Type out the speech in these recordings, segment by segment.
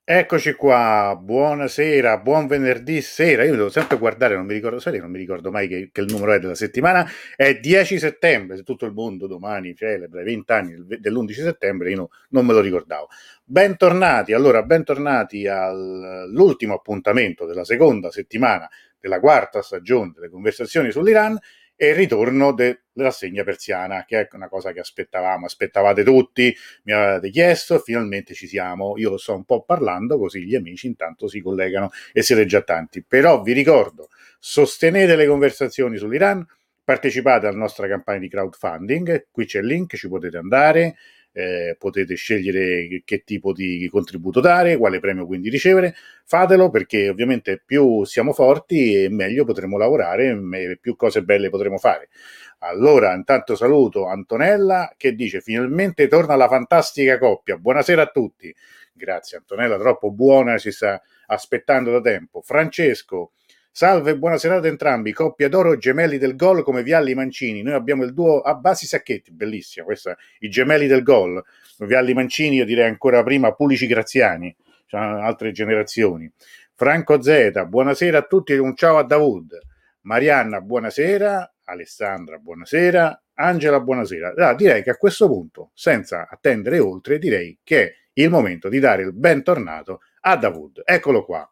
Eccoci qua, buonasera, buon venerdì sera. Io devo sempre guardare, non mi ricordo, sai, non mi ricordo mai che il numero è della settimana. È 10 settembre, se tutto il mondo domani celebra i 20 anni dell'11 settembre, io non me lo ricordavo. Bentornati, allora, bentornati all'ultimo appuntamento della seconda settimana della quarta stagione delle conversazioni sull'Iran e il ritorno della rassegna persiana, che è una cosa che aspettavate tutti, mi avete chiesto e finalmente ci siamo. Io lo sto un po' parlando così gli amici intanto si collegano e siete già tanti. Però vi ricordo, sostenete le conversazioni sull'Iran, partecipate alla nostra campagna di crowdfunding, qui c'è il link, ci potete andare, potete scegliere che tipo di contributo dare, quale premio quindi ricevere, fatelo perché ovviamente più siamo forti e meglio potremo lavorare e più cose belle potremo fare. Allora, intanto saluto Antonella che dice finalmente torna la fantastica coppia. Buonasera a tutti. Grazie Antonella, troppo buona, ci sta aspettando da tempo. Francesco, salve e buona serata a entrambi. Coppia d'oro, gemelli del gol come Vialli Mancini. Noi abbiamo il duo a Basi Sacchetti, bellissima questa, i gemelli del gol. Vialli Mancini, io direi ancora prima Pulici Graziani, cioè altre generazioni. Franco Z, buonasera a tutti e un ciao a Davud. Marianna, buonasera. Alessandra, buonasera. Angela, buonasera. Allora, direi che a questo punto, senza attendere oltre, direi che è il momento di dare il bentornato a Davud. Eccolo qua.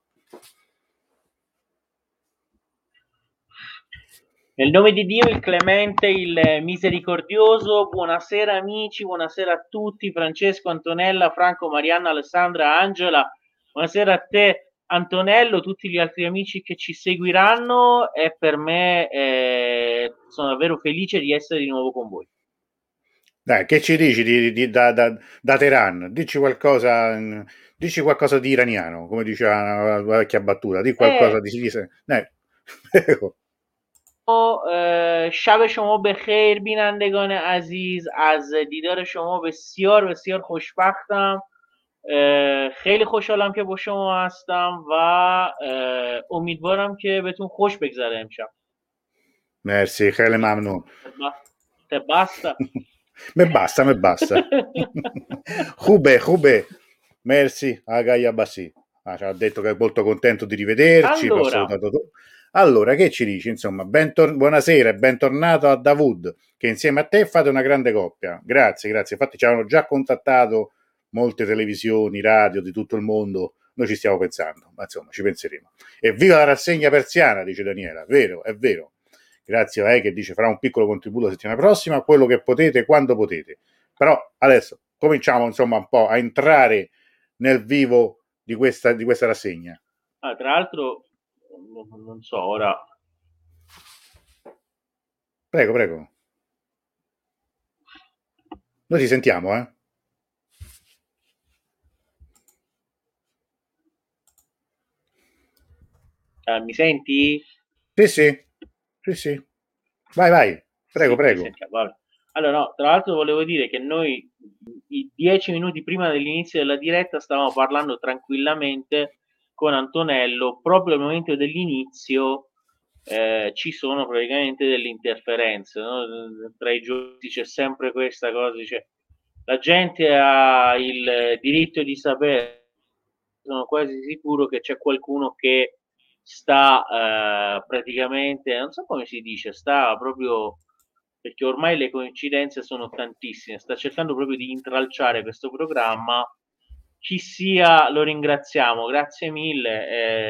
Nel nome di Dio, il clemente, il misericordioso, buonasera amici, buonasera a tutti, Francesco, Antonella, Franco, Marianna, Alessandra, Angela, buonasera a te Antonello, tutti gli altri amici che ci seguiranno e per me sono davvero felice di essere di nuovo con voi. Dai, che ci dici da Teheran? Dici qualcosa di iraniano, come diceva la vecchia battuta, di qualcosa E di prego. شب شما به خیر بینندگان عزیز از دیدار شما بسیار بسیار خوشبختم خیلی خوشحالم که با شما هستم و امیدوارم که بهتون خوش بگذره امشب Merci, Khele Mamnun. te basta Me basta. Hube, merci, Agaya Bassi. Ci ha detto che è molto contento di rivederci, l'ho allora salutato tu. Allora, che ci dici? Insomma, buonasera e bentornato a Davud, che insieme a te fate una grande coppia. Grazie, grazie. Infatti ci avevano già contattato molte televisioni, radio di tutto il mondo. Noi ci stiamo pensando, ma insomma, ci penseremo. E viva la rassegna persiana, dice Daniela. Vero, è vero. Grazie a lei che dice farà un piccolo contributo la settimana prossima, quello che potete, quando potete. Però adesso cominciamo insomma un po' a entrare nel vivo di questa rassegna. tra l'altro non so ora Prego, prego. Noi ti sentiamo, eh? mi senti? Sì, sì, sì, sì. Vai, vai. Prego, Sì, ci prego. sentiamo. Vabbè. Allora, no, tra l'altro volevo dire che noi i 10 minuti prima dell'inizio della diretta stavamo parlando tranquillamente con Antonello, proprio al momento dell'inizio ci sono praticamente delle interferenze, no? Tra i giorni c'è sempre questa cosa, dice, la gente ha il diritto di sapere, sono quasi sicuro che c'è qualcuno che sta praticamente, non so come si dice, sta proprio perché ormai le coincidenze sono tantissime, sta cercando proprio di intralciare questo programma. Chi sia, lo ringraziamo, grazie mille.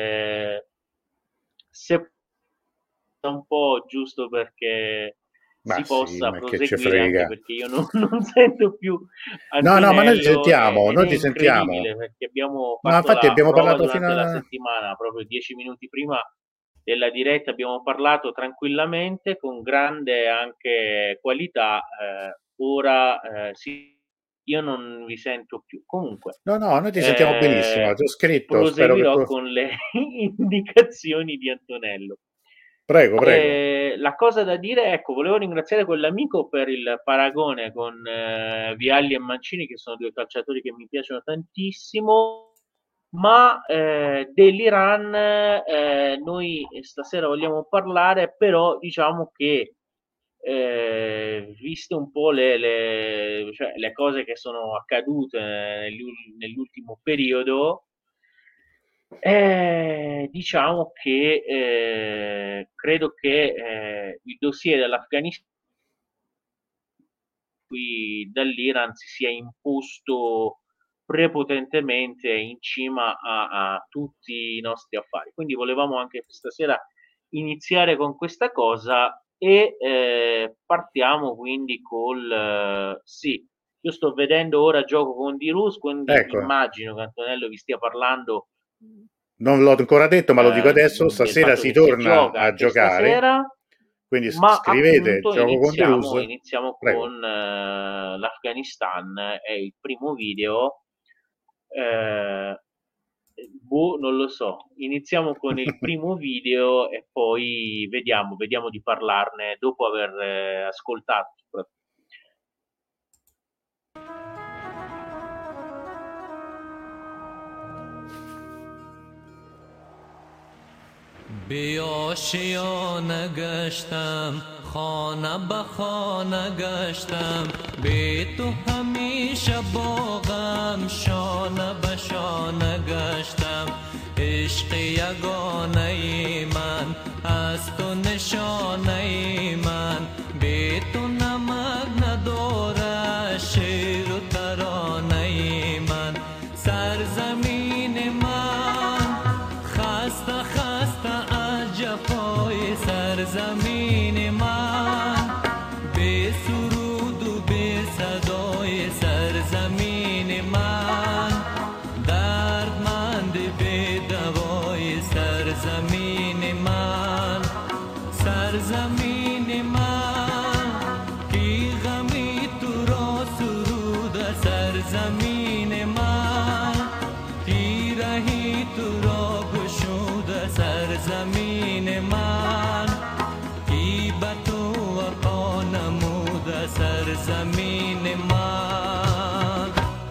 Se un po' giusto perché Ma si sì, possa ma che ci proseguire, anche frega. perché io non sento più No, no, ma noi ti Antonello sentiamo, ed è noi ti sentiamo. incredibile perché abbiamo No, fatto infatti la abbiamo prova parlato fino durante la a... settimana, proprio 10 minuti prima della diretta abbiamo parlato tranquillamente con grande anche qualità. Ora sì, io non vi sento più. Comunque, No, no, noi ti sentiamo benissimo, eh, ti ho scritto, spero che proseguirò tu... con le indicazioni di Antonello. Prego, prego. La cosa da dire, ecco, volevo ringraziare quell'amico per il paragone con Vialli e Mancini, che sono due calciatori che mi piacciono tantissimo, ma dell'Iran noi stasera vogliamo parlare, però diciamo che viste un po' cioè, le cose che sono accadute nell'ultimo periodo, Diciamo che credo che il dossier dell'Afghanistan qui dall'Iran si sia imposto prepotentemente in cima a tutti i nostri affari. Quindi volevamo anche stasera iniziare con questa cosa e partiamo quindi sì, io sto vedendo ora Gioco con Dirus, quindi Ecco, immagino che Antonello vi stia parlando non l'ho ancora detto, ma lo dico adesso, del stasera fatto si che si torna gioca a anche giocare, stasera, quindi ma scrivete appunto gioco con Dirus, iniziamo prego. con l'Afghanistan e il primo video. eh, non lo so. Iniziamo con il primo video e poi vediamo di parlarne dopo aver ascoltato. بیاشیانه گشتم خانه به خانه گشتم بی تو همیشه باغم شانه به شانه گشتم عشق یگانه من از تو نشانه من بی تو نمک نداره شعر و ترانه من سرزمین من خسته خسته از جفای سرزمین من به سرود و به صدای سرزمین من دردمند به دوای سرزمین من سرزمین من کی غمی تو را سرود سرزمین من کی رهی تو را گشود سرزمین من کی به تو وفا نمود سرزمین من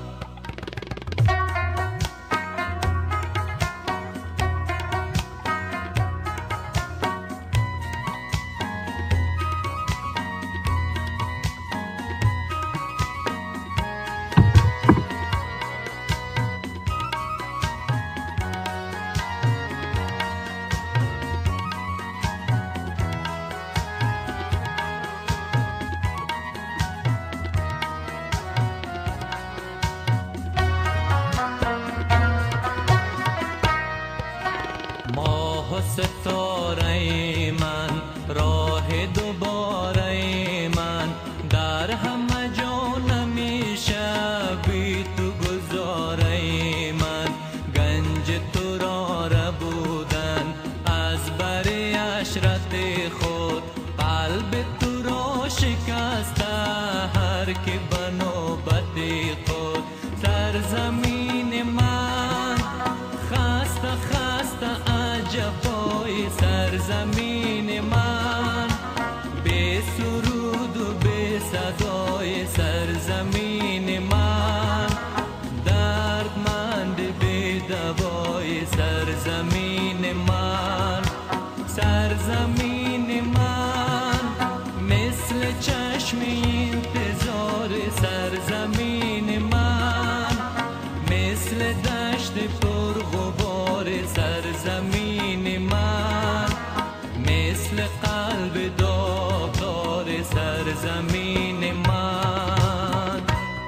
ماه و ستاره من راه دوباره من در همه جا نمیشه بی تو گذاره من گنج تو را ربودن از بر عشرت خود قلب تو را شکسته هر که به نوبت خود سرزمین من خسته خسته جفای سرزمین من به سرود و به صدای سرزمین من دردمند به دوای سرزمین من سرزمین من مثل چشم انتظار سرزمین من مثل دشت پرغبار سرزمین من مثل قلب داغدار سرزمین من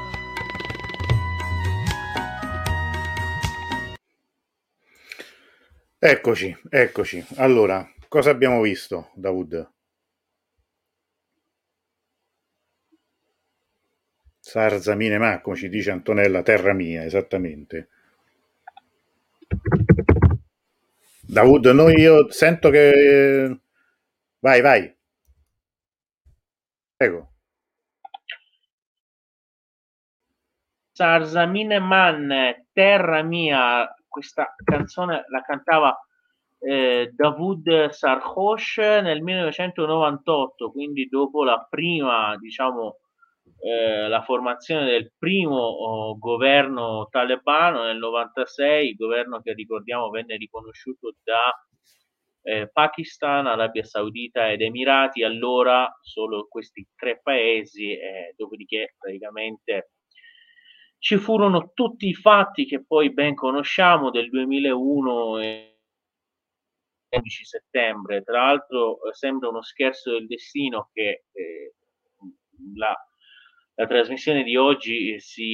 Eccoci, eccoci. Allora, cosa abbiamo visto, Dawood? Sarzamine ma, come ci dice Antonella, terra mia, esattamente. Dawood, io sento che... Vai, vai, prego. Sarzamin Man, Terra Mia, questa canzone la cantava Davud Sarhosh nel 1998, quindi dopo la prima, diciamo, la formazione del primo governo talebano nel 96, governo che ricordiamo venne riconosciuto da Pakistan, Arabia Saudita ed Emirati, allora solo questi tre paesi, dopodiché praticamente ci furono tutti i fatti che poi ben conosciamo del 2001 e 11 settembre. Tra l'altro sembra uno scherzo del destino che la, la trasmissione di oggi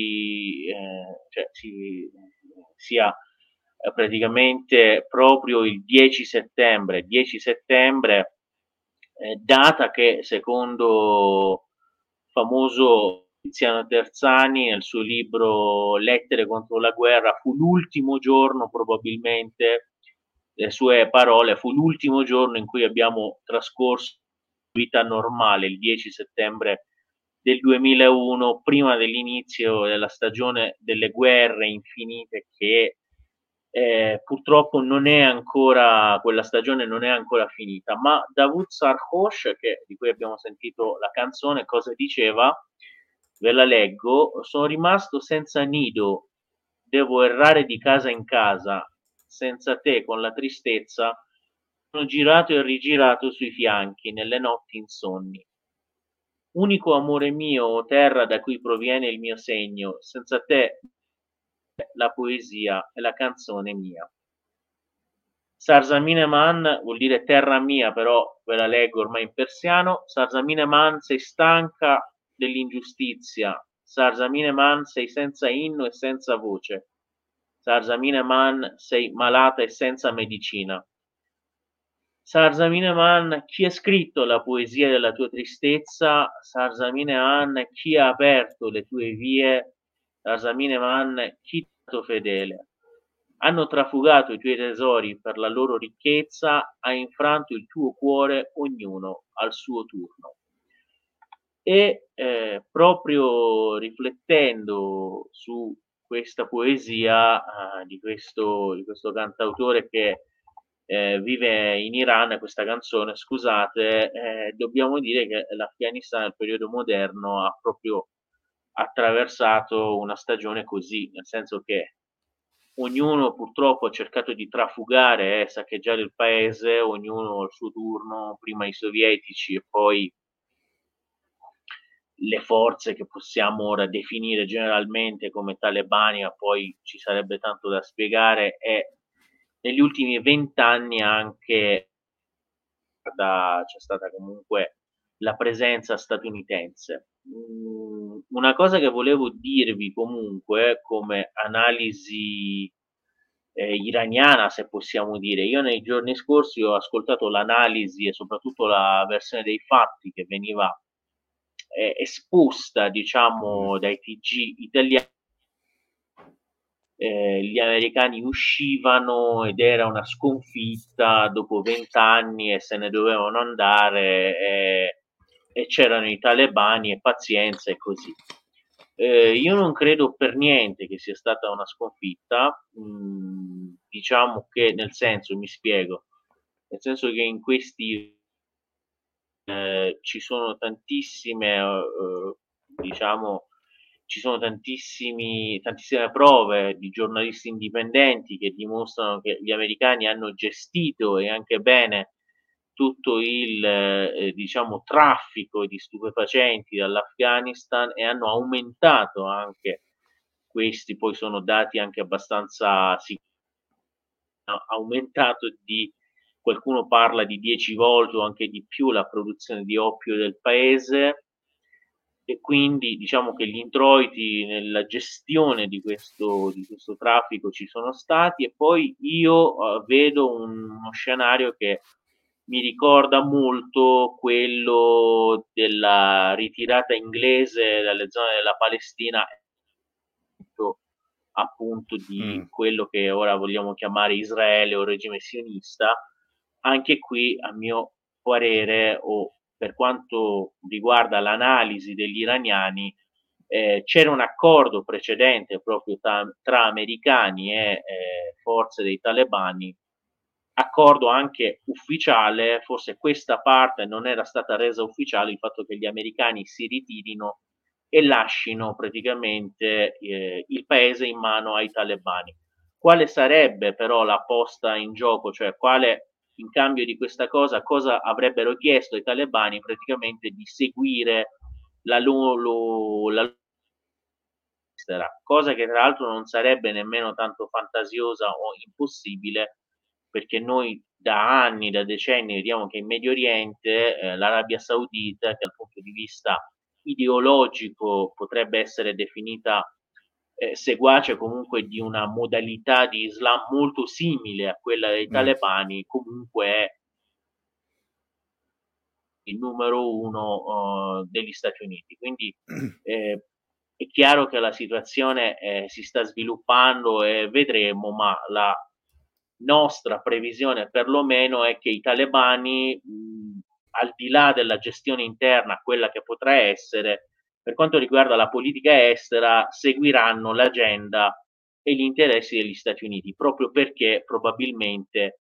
sia praticamente proprio il 10 settembre, 10 settembre, data che secondo il famoso Tiziano Terzani nel suo libro Lettere contro la guerra fu l'ultimo giorno probabilmente, le sue parole, fu l'ultimo giorno in cui abbiamo trascorso vita normale, il 10 settembre del 2001, prima dell'inizio della stagione delle guerre infinite che purtroppo non è ancora, quella stagione non è ancora finita, ma Davud Sarhosh, di cui abbiamo sentito la canzone, cosa diceva? Ve la leggo: sono rimasto senza nido, devo errare di casa in casa, senza te con la tristezza, sono girato e rigirato sui fianchi, nelle notti insonni. Unico amore mio, o terra da cui proviene il mio segno, senza te la poesia e la canzone mia. Sarsamine Man vuol dire terra mia, però ve la leggo ormai in persiano. Sarsamine Man, sei stanca dell'ingiustizia. Sarsamine Man, sei senza inno e senza voce. Sarsamine Man, sei malata e senza medicina. Sarsamine Man, chi ha scritto la poesia della tua tristezza? Sarsamine Man, chi ha aperto le tue vie? Sarsamine Man, chi ti è stato fedele? Hanno trafugato i tuoi tesori per la loro ricchezza, ha infranto il tuo cuore ognuno al suo turno. E proprio riflettendo su questa poesia di questo cantautore che vive in Iran, questa canzone, scusate, dobbiamo dire che l'Afghanistan nel periodo moderno ha proprio attraversato una stagione così, nel senso che ognuno purtroppo ha cercato di trafugare e saccheggiare il paese, ognuno al suo turno, prima i sovietici e poi le forze che possiamo ora definire generalmente come talebani, ma poi ci sarebbe tanto da spiegare, e negli ultimi 20 anni anche c'è stata comunque la presenza statunitense. Una cosa che volevo dirvi comunque come analisi iraniana, se possiamo dire. Io nei giorni scorsi ho ascoltato l'analisi e soprattutto la versione dei fatti che veniva esposta, diciamo, dai TG italiani. Gli americani uscivano ed era una sconfitta dopo 20 anni e se ne dovevano andare e c'erano i talebani e pazienza e così. Io non credo per niente che sia stata una sconfitta, diciamo che nel senso, mi spiego, nel senso che in questi ci sono tantissime, diciamo, ci sono tantissime prove di giornalisti indipendenti che dimostrano che gli americani hanno gestito e anche bene tutto il diciamo traffico di stupefacenti dall'Afghanistan e hanno aumentato anche questi, poi sono dati anche abbastanza aumentato di, qualcuno parla di 10 volte o anche di più la produzione di oppio del paese, e quindi diciamo che gli introiti nella gestione di questo traffico ci sono stati. E poi io vedo uno scenario che mi ricorda molto quello della ritirata inglese dalle zone della Palestina, appunto di quello che ora vogliamo chiamare Israele o regime sionista. Anche qui, a mio parere, o per quanto riguarda l'analisi degli iraniani, c'era un accordo precedente proprio tra americani e forze dei talebani, accordo anche ufficiale, forse questa parte non era stata resa ufficiale, il fatto che gli americani si ritirino e lascino praticamente il paese in mano ai talebani. Quale sarebbe però la posta in gioco, cioè quale, in cambio di questa cosa avrebbero chiesto ai talebani? Praticamente di seguire la loro estera, cosa che tra l'altro non sarebbe nemmeno tanto fantasiosa o impossibile, perché noi da anni, da decenni vediamo che in Medio Oriente l'Arabia Saudita, che dal punto di vista ideologico potrebbe essere definita seguace comunque di una modalità di Islam molto simile a quella dei talebani, comunque è il numero uno degli Stati Uniti. Quindi è chiaro che la situazione si sta sviluppando e vedremo, ma la nostra previsione perlomeno è che i talebani, al di là della gestione interna, quella che potrà essere, per quanto riguarda la politica estera, seguiranno l'agenda e gli interessi degli Stati Uniti, proprio perché probabilmente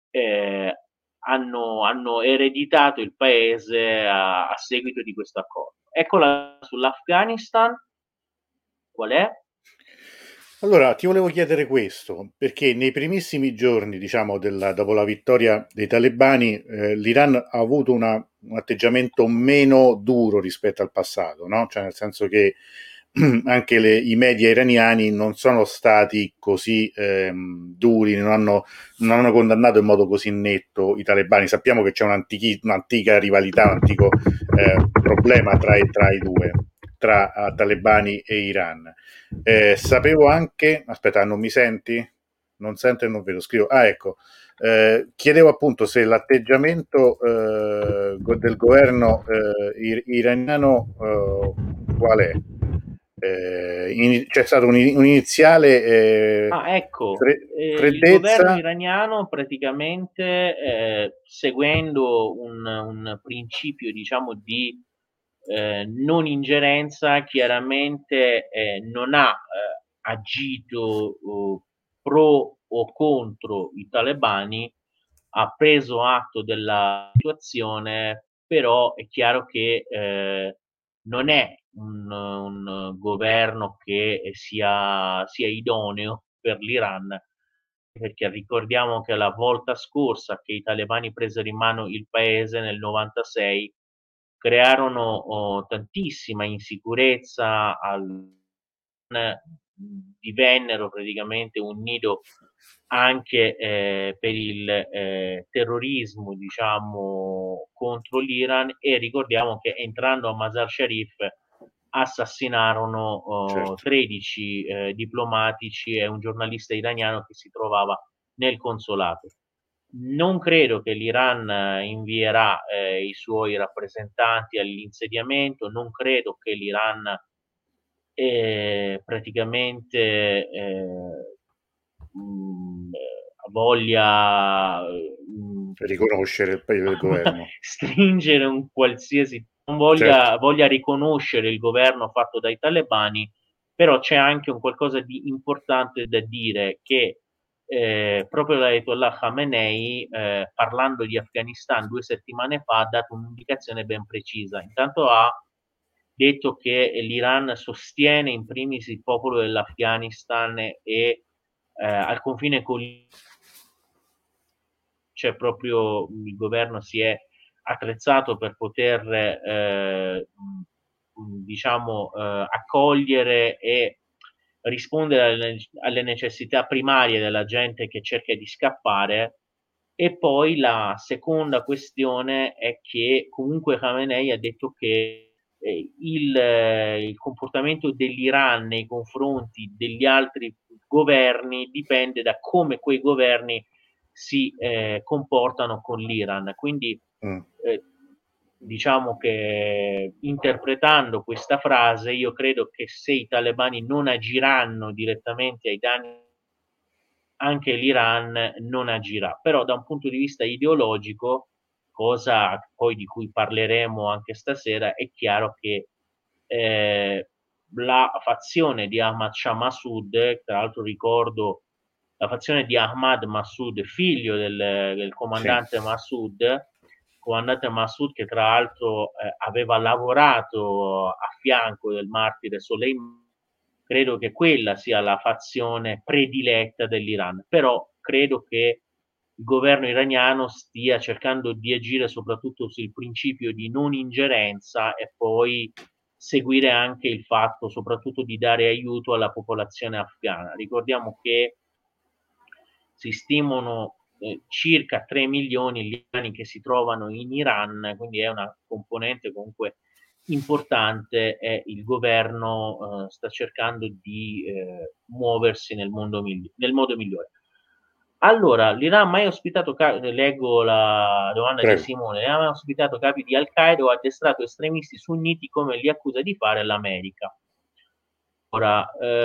hanno ereditato il paese a seguito di questo accordo. Eccola sull'Afghanistan, qual è? Allora, ti volevo chiedere questo, perché nei primissimi giorni, diciamo, dopo la vittoria dei talebani, l'Iran ha avuto un atteggiamento meno duro rispetto al passato, no? Cioè, nel senso che anche i media iraniani non sono stati così duri, non hanno condannato in modo così netto i talebani. Sappiamo che c'è un'antica rivalità, un antico problema tra i due, tra talebani e Iran. Sapevo anche, aspetta, non mi senti? Non sento e non vedo, scrivo. Ah, ecco. Chiedevo appunto se l'atteggiamento del governo iraniano qual è? C'è stato un iniziale Ecco, il governo freddezza. iraniano praticamente, seguendo un principio, diciamo, di non ingerenza, chiaramente non ha agito pro o contro i talebani, ha preso atto della situazione, però è chiaro che non è un governo che sia idoneo per l'Iran, perché ricordiamo che la volta scorsa che i talebani presero in mano il paese nel 96 crearono tantissima insicurezza, divennero praticamente un nido anche per il terrorismo, diciamo, contro l'Iran, e ricordiamo che entrando a Mazar Sharif assassinarono Certo. 13 diplomatici e un giornalista iraniano che si trovava nel consolato. Non credo che l'Iran invierà i suoi rappresentanti all'insediamento, non credo che l'Iran praticamente voglia Riconoscere il paese del governo. stringere un qualsiasi, non Certo. voglia riconoscere il governo fatto dai talebani, però c'è anche un qualcosa di importante da dire, che proprio l'Ayatollah Khamenei, parlando di Afghanistan 2 settimane fa, ha dato un'indicazione ben precisa. Intanto ha detto che l'Iran sostiene in primis il popolo dell'Afghanistan e al confine con c'è proprio il governo si è attrezzato per poter diciamo accogliere e rispondere alle necessità primarie della gente che cerca di scappare. E poi la seconda questione è che comunque Khamenei ha detto che il comportamento dell'Iran nei confronti degli altri governi dipende da come quei governi si comportano con l'Iran. Quindi diciamo che interpretando questa frase, io credo che se i talebani non agiranno direttamente ai danni, anche l'Iran non agirà. Però da un punto di vista ideologico, cosa poi di cui parleremo anche stasera, è chiaro che la fazione di Ahmad Shah Massoud, tra l'altro ricordo la fazione di Ahmad Massoud, figlio del comandante Massoud, che tra l'altro aveva lavorato a fianco del martire Soleimani. Credo che quella sia la fazione prediletta dell'Iran, però credo che il governo iraniano stia cercando di agire soprattutto sul principio di non ingerenza e poi seguire anche il fatto soprattutto di dare aiuto alla popolazione afghana. Ricordiamo che si stimano circa 3 milioni gli afghani che si trovano in Iran, quindi è una componente comunque importante, e il governo sta cercando di muoversi nel modo migliore. Allora, l'Iran ha mai ospitato, leggo la domanda di Prego. Simone, l'Iran ha mai ospitato capi di Al-Qaeda o addestrato estremisti sunniti come li accusa di fare l'America? Ora,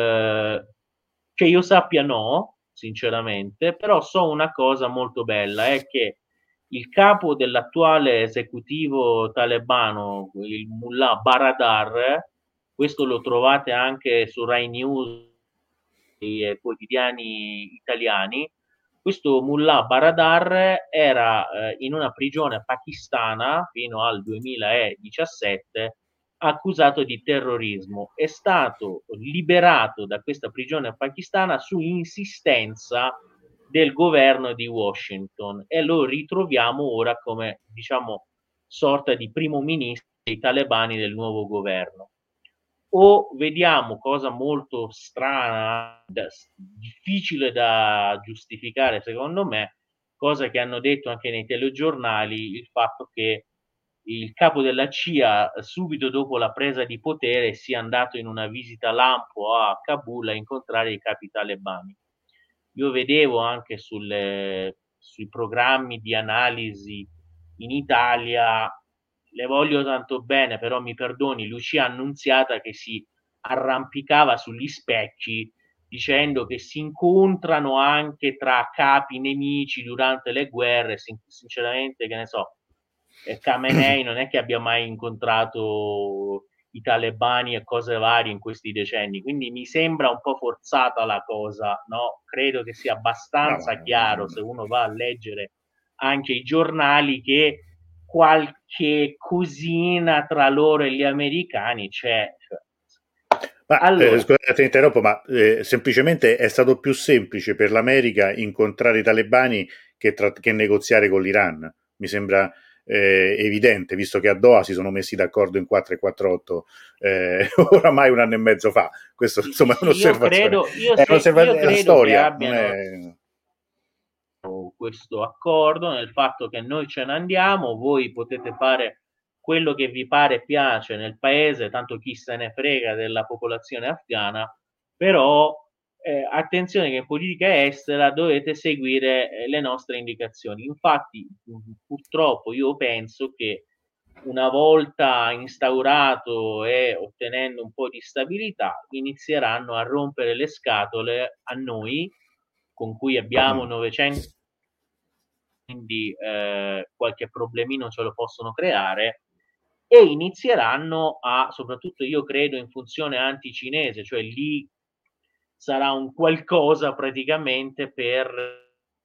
che io sappia no, sinceramente, però so una cosa molto bella, è che il capo dell'attuale esecutivo talebano, il mullah Baradar, questo lo trovate anche su Rai News e quotidiani italiani, questo mullah Baradar era in una prigione pakistana fino al 2017 accusato di terrorismo. È stato liberato da questa prigione pakistana su insistenza del governo di Washington e lo ritroviamo ora come, diciamo, sorta di primo ministro dei talebani del nuovo governo. O vediamo, cosa molto strana, difficile da giustificare secondo me, cosa che hanno detto anche nei telegiornali, il fatto che il capo della CIA subito dopo la presa di potere sia andato in una visita lampo a Kabul a incontrare i capi talebani. Io vedevo anche sui programmi di analisi in Italia, le voglio tanto bene, però mi perdoni, Lucia Annunziata che si arrampicava sugli specchi dicendo che si incontrano anche tra capi nemici durante le guerre. Sinceramente, che ne so, Khamenei non è che abbia mai incontrato i talebani e cose varie in questi decenni, quindi mi sembra un po' forzata la cosa, no? Credo che sia abbastanza chiaro, se uno va a leggere anche i giornali, che qualche cosina tra loro e gli americani c'è. Ma Allora, scusate, interrompo, ma semplicemente è stato più semplice per l'America incontrare i talebani che negoziare con l'Iran. Mi sembra evidente, visto che a Doha si sono messi d'accordo in 4 e 48 oramai un anno e mezzo fa. Questo insomma è un'osservazione. Io È la credo che storia, non abbiano è... questo accordo nel fatto che noi ce ne andiamo, voi potete fare quello che vi pare e piace nel paese, tanto chi se ne frega della popolazione afghana, però attenzione che in politica estera dovete seguire le nostre indicazioni. Infatti, purtroppo io penso che una volta instaurato e ottenendo un po' di stabilità, inizieranno a rompere le scatole a noi, con cui abbiamo 900, quindi qualche problemino ce lo possono creare, e inizieranno a, soprattutto io credo in funzione anticinese, cioè lì sarà un qualcosa praticamente per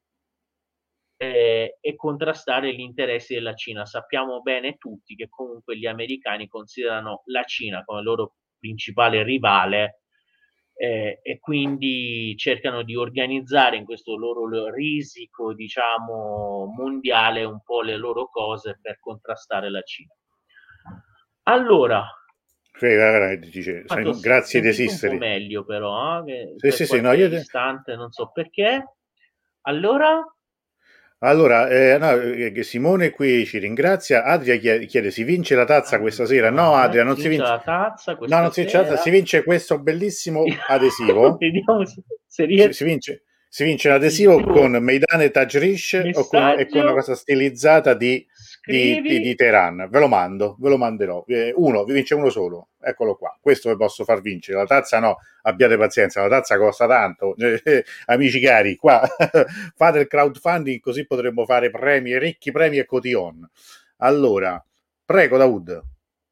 e contrastare gli interessi della Cina. Sappiamo bene tutti che comunque gli americani considerano la Cina come loro principale rivale, e quindi cercano di organizzare in questo loro risico, diciamo, mondiale un po' le loro cose per contrastare la Cina. Allora, dice, sentito grazie di un esistere. po' meglio però, Sì, sì, no, io... istante, non so perché. Allora... Allora, Simone qui ci ringrazia. Adria chiede: si vince la tazza questa sera? No, Adria, non si vince la tazza no, questa non si vince la tazza, sera. si vince questo bellissimo adesivo. Vediamo se Si vince l'adesivo con Meydan e Tajrish e con una cosa stilizzata di Teheran. Ve lo mando, ve lo manderò. Vi vince uno solo. Eccolo qua. Questo vi posso far vincere. La tazza no, abbiate pazienza, la tazza costa tanto. Amici cari, qua fate il crowdfunding così potremmo fare premi, ricchi premi e cotillon. Allora, prego Daoud.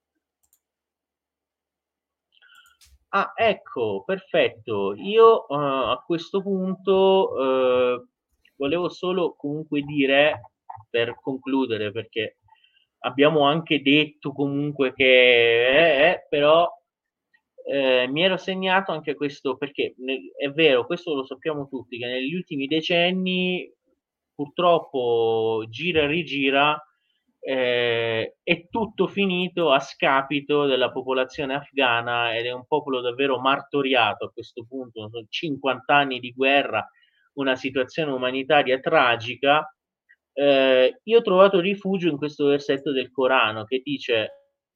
Ah, ecco, perfetto. Io a questo punto volevo solo comunque dire, per concludere, perché abbiamo anche detto comunque che però mi ero segnato anche questo, perché è vero, questo lo sappiamo tutti, che negli ultimi decenni purtroppo gira e rigira è tutto finito a scapito della popolazione afghana ed è un popolo davvero martoriato a questo punto, sono 50 anni di guerra, una situazione umanitaria tragica. Io ho trovato rifugio in questo versetto del Corano che dice: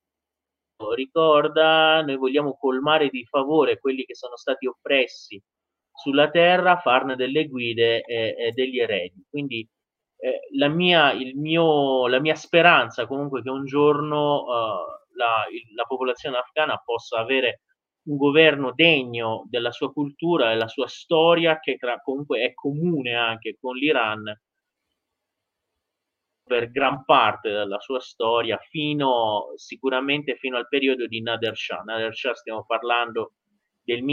ricorda, noi vogliamo colmare di favore quelli che sono stati oppressi sulla terra, farne delle guide e degli eredi. Quindi la mia speranza comunque che un giorno la popolazione afghana possa avere un governo degno della sua cultura e della sua storia, che comunque è comune anche con l'Iran per gran parte della sua storia, sicuramente fino al periodo di Nader Shah. Nader Shah, stiamo parlando del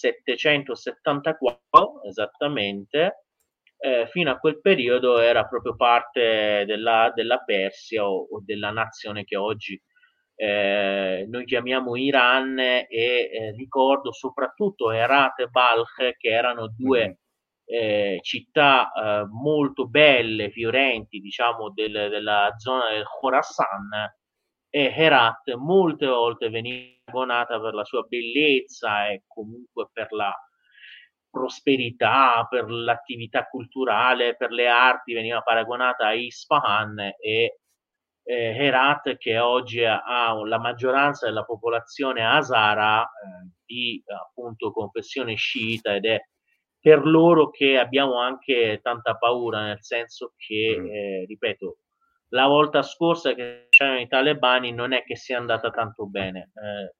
1774 esattamente. Fino a quel periodo era proprio parte della Persia o della nazione che oggi noi chiamiamo Iran, e ricordo soprattutto Herat e Balkh, che erano due città molto belle, fiorenti, diciamo, della zona del Khorasan, e Herat molte volte veniva paragonata per la sua bellezza e comunque per la prosperità, per l'attività culturale, per le arti, veniva paragonata a Isfahan, e Herat, che oggi ha la maggioranza della popolazione hazara di appunto confessione sciita, ed è per loro che abbiamo anche tanta paura, nel senso che, ripeto, la volta scorsa che c'erano i talebani non è che sia andata tanto bene.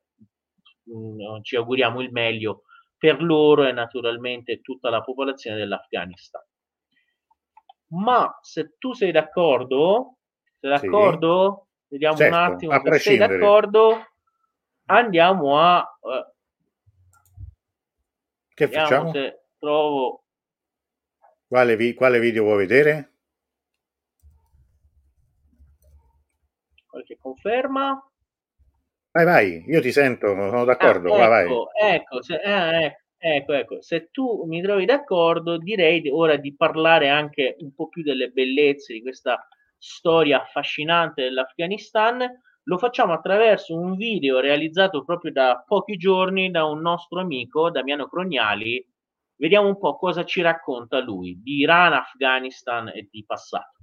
Ci auguriamo il meglio per loro e naturalmente tutta la popolazione dell'Afghanistan. Ma se tu sei d'accordo, Sì, vediamo un certo, attimo a se sei prescindere. d'accordo, andiamo a Che vediamo facciamo? se trovo Quale video vuoi vedere? qualche conferma. Vai, vai, io ti sento, sono d'accordo, vai, vai. Ecco, se tu mi trovi d'accordo, direi ora di parlare anche un po' più delle bellezze di questa storia affascinante dell'Afghanistan. Lo facciamo attraverso un video realizzato proprio da pochi giorni da un nostro amico, Damiano Crognali. Vediamo un po' cosa ci racconta lui di Iran, Afghanistan e di passato.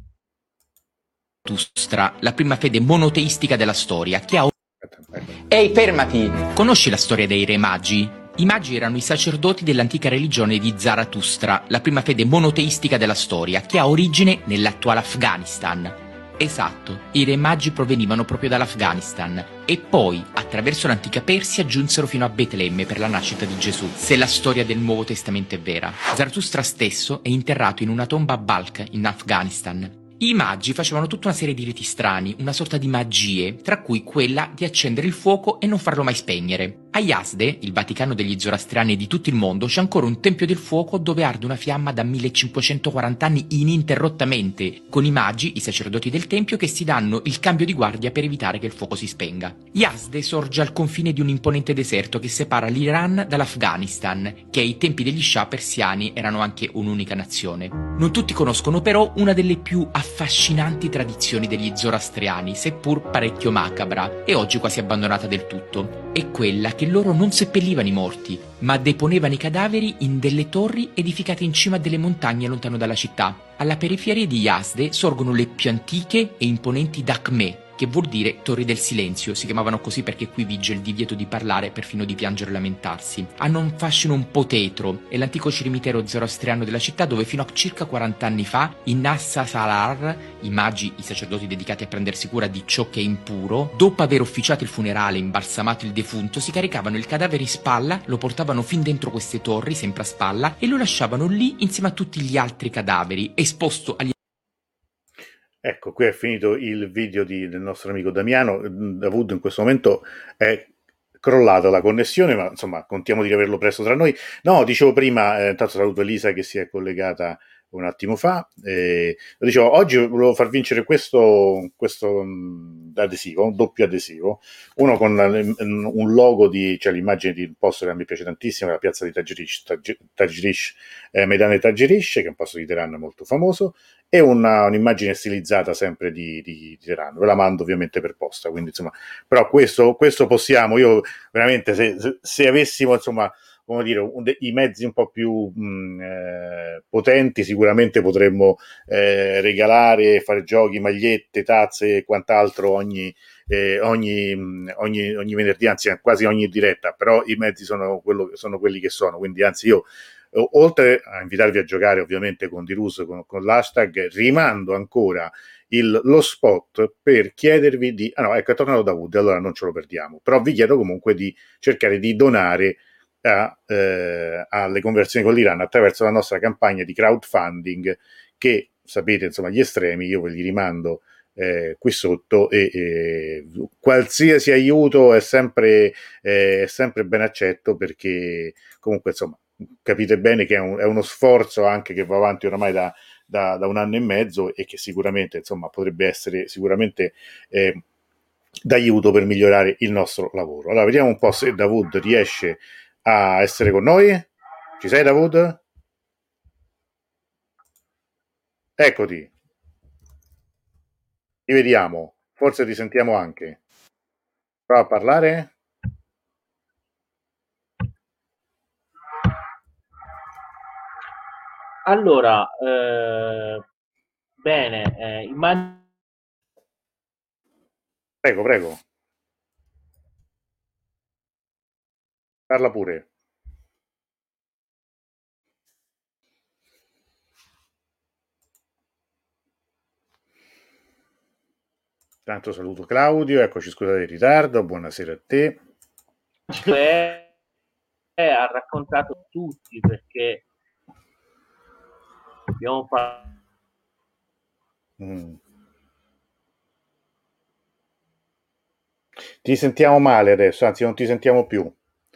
Zarathustra, la prima fede monoteistica della storia, che ha... Ecco. Ehi, fermati! Conosci la storia dei re magi? I magi erano i sacerdoti dell'antica religione di Zarathustra, la prima fede monoteistica della storia, che ha origine nell'attuale Afghanistan. Esatto, i re magi provenivano proprio dall'Afghanistan e poi, attraverso l'antica Persia, giunsero fino a Betlemme per la nascita di Gesù, se la storia del Nuovo Testamento è vera. Zarathustra stesso è interrato in una tomba a Balkh, in Afghanistan. I magi facevano tutta una serie di riti strani, una sorta di magie, tra cui quella di accendere il fuoco e non farlo mai spegnere. A Yazde, il Vaticano degli zoroastriani di tutto il mondo, c'è ancora un tempio del fuoco dove arde una fiamma da 1540 anni ininterrottamente, con i magi, i sacerdoti del tempio, che si danno il cambio di guardia per evitare che il fuoco si spenga. Yazde sorge al confine di un imponente deserto che separa l'Iran dall'Afghanistan, che ai tempi degli Shah persiani erano anche un'unica nazione. Non tutti conoscono però una delle più affascinanti tradizioni degli zoroastriani, seppur parecchio macabra e oggi quasi abbandonata del tutto. È quella che loro non seppellivano i morti, ma deponevano i cadaveri in delle torri edificate in cima a delle montagne lontano dalla città. Alla periferia di Yazde sorgono le più antiche e imponenti Dakmeh, che vuol dire torri del silenzio, si chiamavano così perché qui vige il divieto di parlare, perfino di piangere e lamentarsi. Hanno un fascino un po' tetro, è l'antico cimitero zoroastriano della città dove fino a circa 40 anni fa i Nassa Salar, i magi, i sacerdoti dedicati a prendersi cura di ciò che è impuro, dopo aver ufficiato il funerale e imbalsamato il defunto, si caricavano il cadavere in spalla, lo portavano fin dentro queste torri, sempre a spalla, e lo lasciavano lì insieme a tutti gli altri cadaveri, esposto agli... Ecco, qui è finito il video del nostro amico Damiano. Davud in questo momento è crollata la connessione, ma insomma contiamo di averlo presto tra noi. No, dicevo prima, intanto saluto Elisa che si è collegata un attimo fa. Lo dicevo, oggi volevo far vincere questo adesivo, un doppio adesivo, uno con un logo cioè l'immagine di un posto che a me piace tantissimo, la piazza di Tajrish, Medan Tajrish, che è un posto di Teheran molto famoso, e un'immagine stilizzata sempre di Teheran. Ve la mando ovviamente per posta, quindi insomma, però questo possiamo, io veramente se avessimo insomma, come dire, i mezzi un po' più potenti, sicuramente potremmo regalare, fare giochi, magliette, tazze e quant'altro ogni venerdì, anzi quasi ogni diretta, però i mezzi sono quelli che sono, quindi anzi io, oltre a invitarvi a giocare ovviamente con Dirus, con l'hashtag, rimando ancora lo spot per chiedervi di... Ah no, ecco, è tornato Davud, allora non ce lo perdiamo, però vi chiedo comunque di cercare di donare alle conversioni con l'Iran attraverso la nostra campagna di crowdfunding, che sapete, insomma, gli estremi io ve li rimando qui sotto, e qualsiasi aiuto è sempre ben accetto, perché comunque insomma capite bene che è uno sforzo anche che va avanti oramai da un anno e mezzo, e che sicuramente insomma potrebbe essere sicuramente d'aiuto per migliorare il nostro lavoro. Allora vediamo un po' se Davud riesce a essere con noi. Ci sei, Davud? Eccoti. Ti vediamo, forse ti sentiamo anche. Prova a parlare. Allora, bene, immagino. Prego. Parla pure. Tanto saluto Claudio, eccoci, scusate il ritardo, buonasera a te. Ha raccontato tutti, perché abbiamo parlato. Ti sentiamo male adesso, anzi non ti sentiamo più.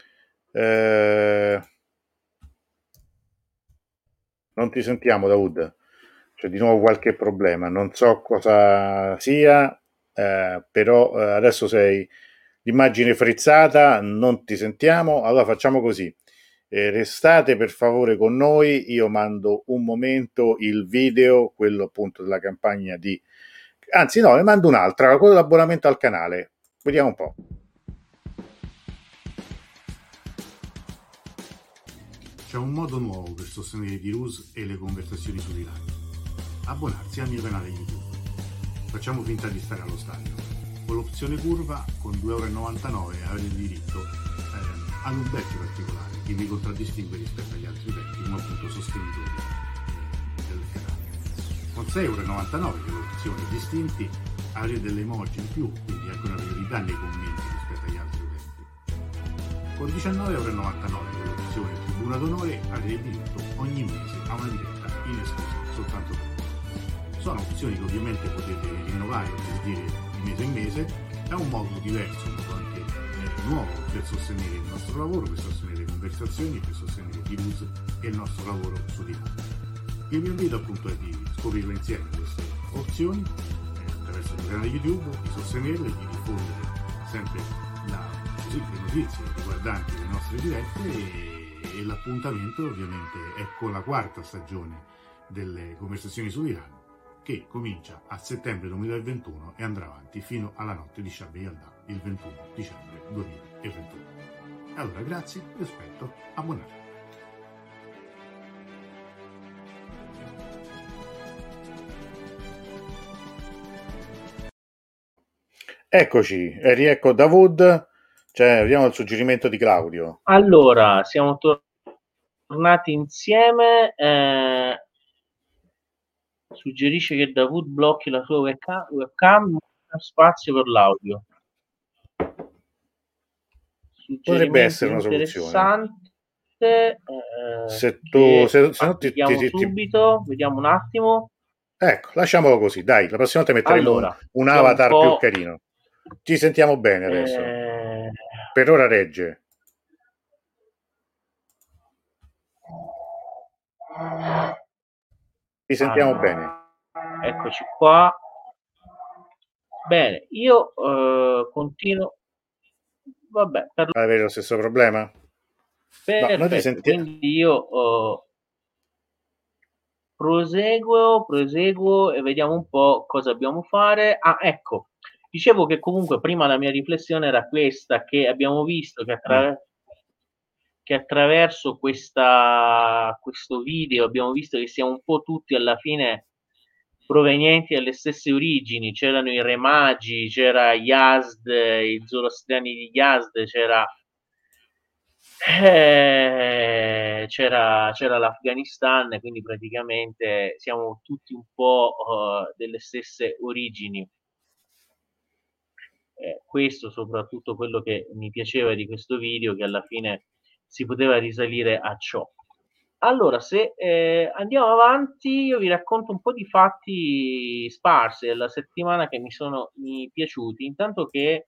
Non ti sentiamo, Daud. C'è di nuovo qualche problema, non so cosa sia, però adesso sei l'immagine frizzata, non ti sentiamo. Allora facciamo così. Restate per favore con noi, io mando un momento il video, quello appunto della campagna anzi no, ne mando un'altra, quello dell'abbonamento al canale. Vediamo un po'. C'è un modo nuovo per sostenere Dirus e le conversazioni sull'Iran. Abbonarsi al mio canale YouTube. Facciamo finta di stare allo stadio. Con l'opzione curva, con 2,99 € avrete diritto ad un bet particolare che vi contraddistingue rispetto agli altri utenti, come appunto sostenitori del canale. Con 6,99 €, che è l'opzione distinti, avrete delle emoji in più, quindi anche una priorità nei commenti rispetto agli altri utenti. Con 19,99 €, che è l'opzione Tribuna d'Onore, avrete diritto ogni mese a una diretta in esclusiva soltanto per voi. Sono opzioni che ovviamente potete rinnovare o gestire di mese in mese. È un modo diverso, un modo anche nuovo per sostenere il nostro lavoro, per sostenere le conversazioni, per sostenere Dirus e il nostro lavoro su di noi. Il mio invito appunto è di scoprirle insieme queste opzioni attraverso il mio canale YouTube, di sostenerle, di diffondere sempre le notizie riguardanti le nostre dirette, e l'appuntamento ovviamente è con la quarta stagione delle conversazioni sull'Iran, che comincia a settembre 2021 e andrà avanti fino alla notte di Shab Yalda, il 21 dicembre 2021. Allora grazie, vi aspetto, abbonatevi. Eccoci, riecco Davud, vediamo il suggerimento di Claudio. Allora, siamo tornati insieme. Suggerisce che Davud blocchi la sua webcam, non c'è spazio per l'audio. Potrebbe essere una soluzione. Se vediamo subito, vediamo un attimo. Ecco, lasciamolo così, dai, la prossima volta metteremo un avatar più carino. Ci sentiamo bene adesso. Per ora regge. Ti sentiamo bene. Eccoci qua. Bene, io continuo. Vabbè, Avere lo stesso problema? No, noi ti perfetto. sentiamo. Quindi io proseguo e vediamo un po' cosa dobbiamo fare. Ah, ecco, dicevo che comunque prima la mia riflessione era questa, che abbiamo visto che attraverso questo video abbiamo visto che siamo un po' tutti alla fine provenienti dalle stesse origini. C'erano i Re Magi, c'era Yazd, i zoroastriani di Yazd, c'era l'Afghanistan, quindi praticamente siamo tutti un po' delle stesse origini. Questo soprattutto quello che mi piaceva di questo video, che alla fine si poteva risalire a ciò. Allora, se andiamo avanti, io vi racconto un po' di fatti sparsi della settimana che mi piaciuti. Intanto che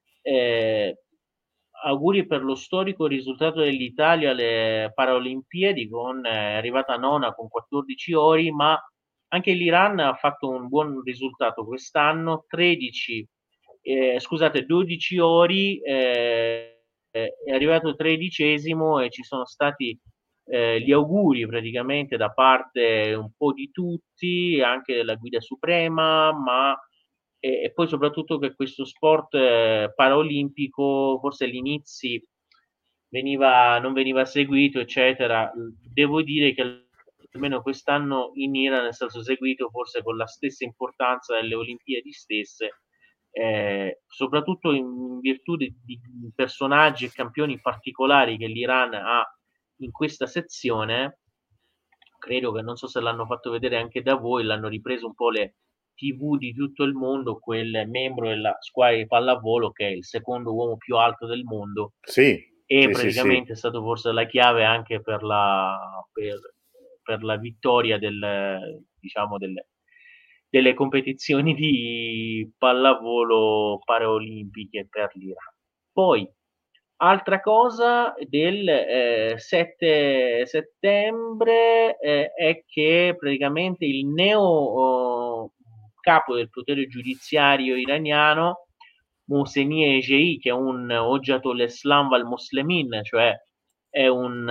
auguri per lo storico risultato dell'Italia alle Paralimpiadi, è arrivata nona con 14 ori, ma anche l'Iran ha fatto un buon risultato quest'anno, 12 ori, è arrivato 13esimo e ci sono stati gli auguri praticamente da parte un po' di tutti, anche della guida suprema, ma e poi soprattutto che questo sport paraolimpico forse all'inizio non veniva seguito, eccetera. Devo dire che almeno quest'anno in Iran è stato seguito forse con la stessa importanza delle Olimpiadi stesse, soprattutto in virtù di personaggi e campioni particolari che l'Iran ha in questa sezione. Credo che, non so se l'hanno fatto vedere anche da voi, l'hanno ripreso un po' le TV di tutto il mondo, quel membro della squadra di pallavolo che è il secondo uomo più alto del mondo Sì, e sì, sì, praticamente sì. è stato forse la chiave anche per la vittoria diciamo delle competizioni di pallavolo paraolimpiche per l'Iran. Poi, altra cosa del 7 settembre è che praticamente il capo del potere giudiziario iraniano, Mohseni Ejei, che è un Hojjatul Islam wal Muslimin, cioè è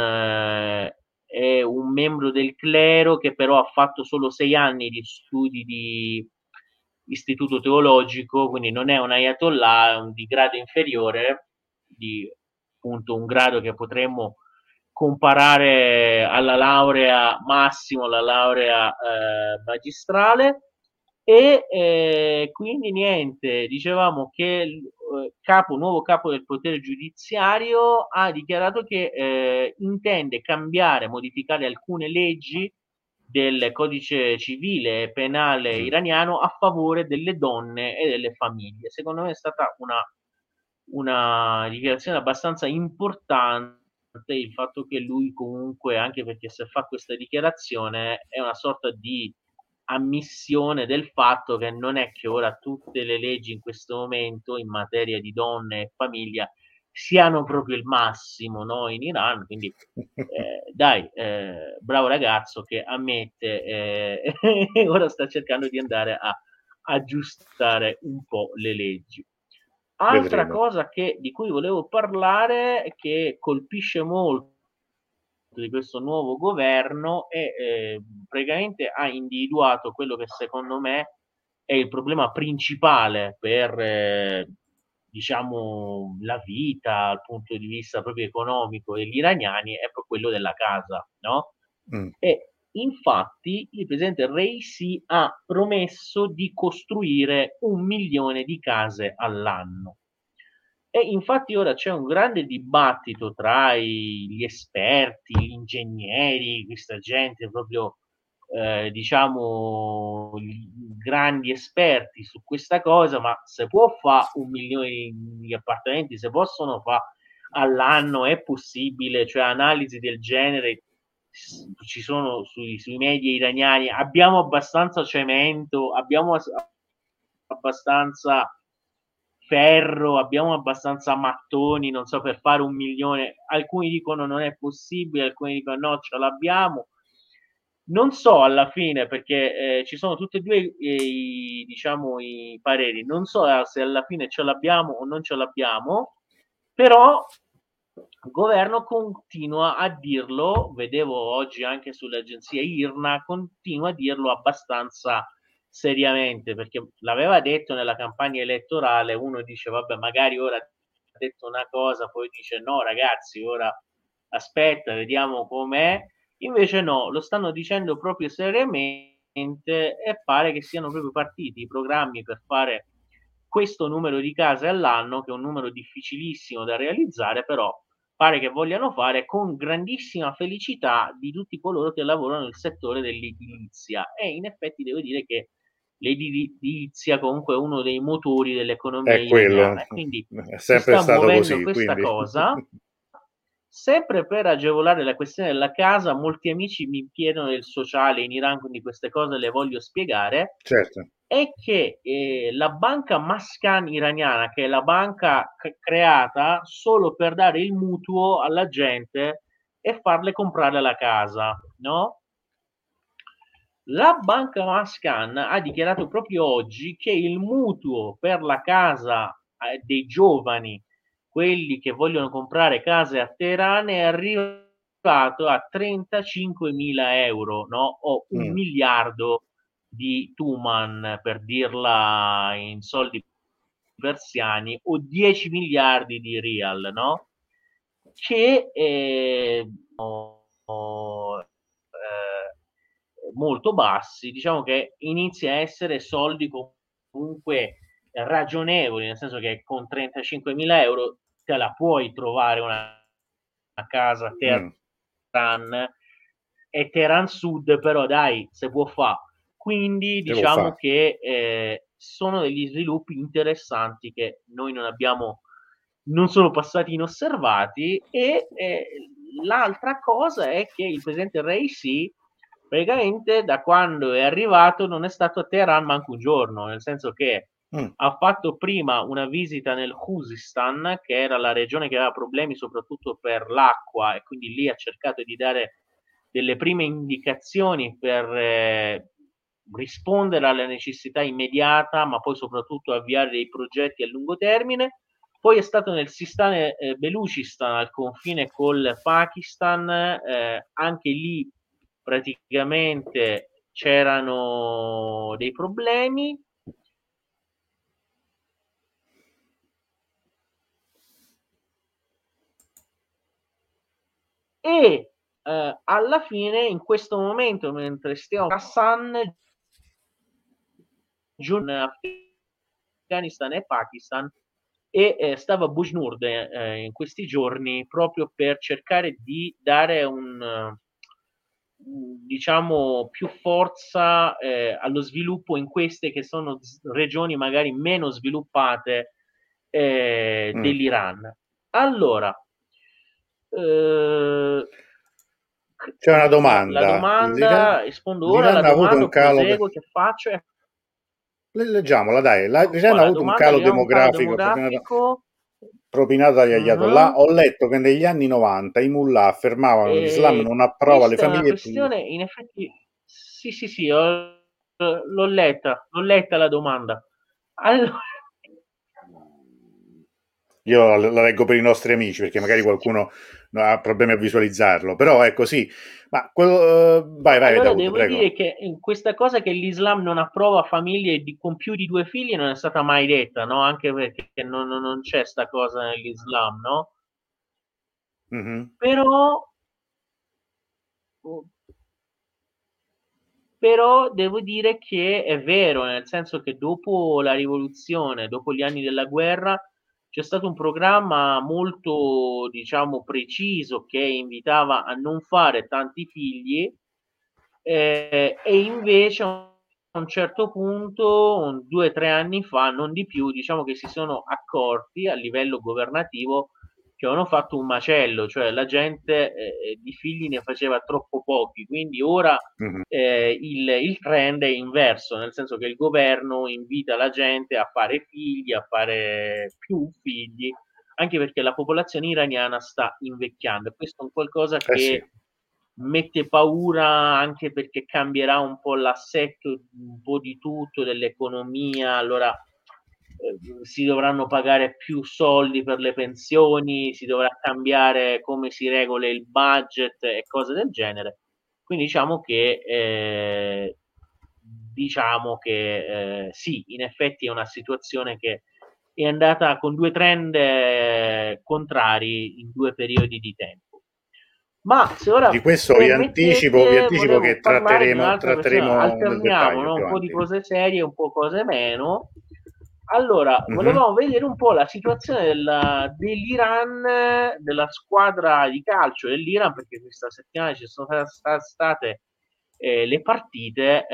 un membro del clero che però ha fatto solo 6 anni di studi di istituto teologico, quindi non è un ayatollah, è un di grado inferiore, di appunto un grado che potremmo comparare alla laurea massimo, alla laurea magistrale. E quindi niente, dicevamo che il nuovo capo del potere giudiziario ha dichiarato che intende cambiare, modificare alcune leggi del codice civile e penale iraniano a favore delle donne e delle famiglie. Secondo me è stata una dichiarazione abbastanza importante, il fatto che lui comunque, anche perché se fa questa dichiarazione è una sorta di ammissione del fatto che non è che ora tutte le leggi in questo momento in materia di donne e famiglia siano proprio il massimo, no, in Iran, quindi dai, bravo ragazzo che ammette e ora sta cercando di andare a aggiustare un po' le leggi. Altra Vedremo. cosa di cui volevo parlare, che colpisce molto di questo nuovo governo, e praticamente ha individuato quello che secondo me è il problema principale per diciamo la vita dal punto di vista proprio economico degli iraniani, è proprio quello della casa, no? Mm. E infatti il presidente Raisi ha promesso di costruire 1 milione di case all'anno. E infatti ora c'è un grande dibattito tra gli esperti, gli ingegneri, questa gente proprio, diciamo, grandi esperti su questa cosa, ma se può fa 1 milione di appartamenti, se possono fa all'anno, è possibile, cioè analisi del genere ci sono sui media iraniani, abbiamo abbastanza cemento, abbiamo abbastanza ferro, abbiamo abbastanza mattoni, non so, per fare 1 milione. Alcuni dicono non è possibile, alcuni dicono no, ce l'abbiamo. Non so alla fine, perché ci sono tutti e due diciamo, i pareri. Non so se alla fine ce l'abbiamo o non ce l'abbiamo, però il governo continua a dirlo, vedevo oggi anche sulle agenzie IRNA, continua a dirlo abbastanza seriamente, perché l'aveva detto nella campagna elettorale. Uno dice vabbè, magari ora ha detto una cosa, poi dice no ragazzi, ora aspetta, vediamo com'è. Invece no, lo stanno dicendo proprio seriamente e pare che siano proprio partiti i programmi per fare questo numero di case all'anno, che è un numero difficilissimo da realizzare, però pare che vogliano fare con grandissima felicità di tutti coloro che lavorano nel settore dell'edilizia. E in effetti devo dire che l'edilizia comunque è uno dei motori dell'economia È quello, iraniana, e quindi è si sempre sta stato muovendo così, questa quindi cosa. Sempre per agevolare la questione della casa, molti amici mi chiedono del sociale in Iran, quindi queste cose le voglio spiegare. certo. È che la banca Mascan iraniana, che è la banca creata solo per dare il mutuo alla gente e farle comprare la casa, no? La banca Mascan ha dichiarato proprio oggi che il mutuo per la casa dei giovani, quelli che vogliono comprare case a Teheran, è arrivato a 35.000 euro, no? O un Mm, miliardo di Tuman, per dirla in soldi persiani, o 10 miliardi di Rial, no? Che molto bassi, diciamo che inizia a essere soldi comunque ragionevoli, nel senso che con 35.000 euro te la puoi trovare una casa a mm, Teheran e Teheran Sud, però dai, se può fare. Quindi se lo diciamo fa. che sono degli sviluppi interessanti che noi non abbiamo, non sono passati inosservati. E l'altra cosa è che il presidente Raisi praticamente da quando è arrivato non è stato a Teheran manco un giorno, nel senso che Mm, ha fatto prima una visita nel Khuzestan, che era la regione che aveva problemi soprattutto per l'acqua, e quindi lì ha cercato di dare delle prime indicazioni per rispondere alla necessità immediata, ma poi soprattutto avviare dei progetti a lungo termine. Poi è stato nel Sistan Belucistan, al confine col Pakistan, anche lì praticamente c'erano dei problemi. E alla fine, in questo momento, mentre stiamo Hassan, Afghanistan e Pakistan, e stava Bujnour in questi giorni proprio per cercare di dare un diciamo più forza allo sviluppo in queste che sono regioni magari meno sviluppate mm. dell'Iran. Allora, eh, C'è una la domanda. domanda, rispondo ora alla L'Iran ha avuto domanda un o calo. proseguo, che faccio? Leggiamola, dai. L'Iran ha La avuto un domanda, calo abbiamo un calo demografico demografico. propinato dagli ayatollah. Mhm. Ho letto che negli anni 90 i mullah affermavano che l'Islam non approva le Questa è una famiglie più. questione, in effetti, sì, sì, sì, l'ho letta la domanda. Allora, Io la leggo per i nostri amici perché magari qualcuno ha problemi a visualizzarlo, però è così. Ma vai, vai, allora Davuto, devo prego. dire che questa cosa che l'Islam non approva famiglie con più di due figli non è stata mai detta, no? Anche perché non c'è sta cosa nell'Islam, no? Mhm. Però, però devo dire che è vero, nel senso che dopo la rivoluzione, dopo gli anni della guerra, c'è stato un programma molto, diciamo, preciso che invitava a non fare tanti figli, e invece a un certo punto, 2 o 3 anni fa, non di più, diciamo che si sono accorti a livello governativo che avevano fatto un macello, cioè la gente di figli ne faceva troppo pochi, quindi ora Mhm. il trend è inverso, nel senso che il governo invita la gente a fare figli, a fare più figli, anche perché la popolazione iraniana sta invecchiando, e questo è un qualcosa Eh sì. che mette paura anche perché cambierà un po' l'assetto, un po' di tutto, dell'economia, allora si dovranno pagare più soldi per le pensioni, si dovrà cambiare come si regola il budget e cose del genere. Quindi diciamo che sì, in effetti è una situazione che è andata con due trend contrari in due periodi di tempo. Ma se ora Di questo vi anticipo volevo che parlare di un'altra questione, tratteremo nel alterniamo, dettaglio no? più Un po' di avanti. cose serie, un po' cose meno. Allora, Mhm. volevamo vedere un po' la situazione dell'Iran, della squadra di calcio dell'Iran, perché questa settimana ci sono state le partite.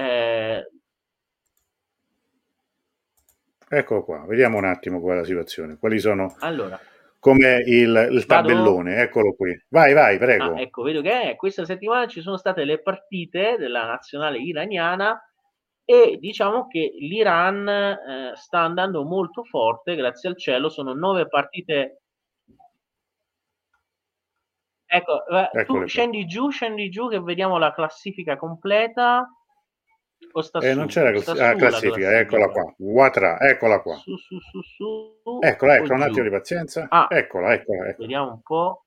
Eccolo qua, vediamo un attimo qual è la situazione. Quali sono, Allora, come il vado? tabellone, eccolo qui. Vai, Ah, prego. ecco, vedo che questa settimana ci sono state le partite della nazionale iraniana e diciamo che l'Iran sta andando molto forte, grazie al cielo, sono 9 partite. Ecco, tu Eccole qua. scendi giù che vediamo la classifica completa o sta Non su? c'è Sta la su la classifica, eccola classifica. qua. Watra, eccola qua. Su Eccola, o un attimo giù? di pazienza. Ah, Eccola. vediamo un po'.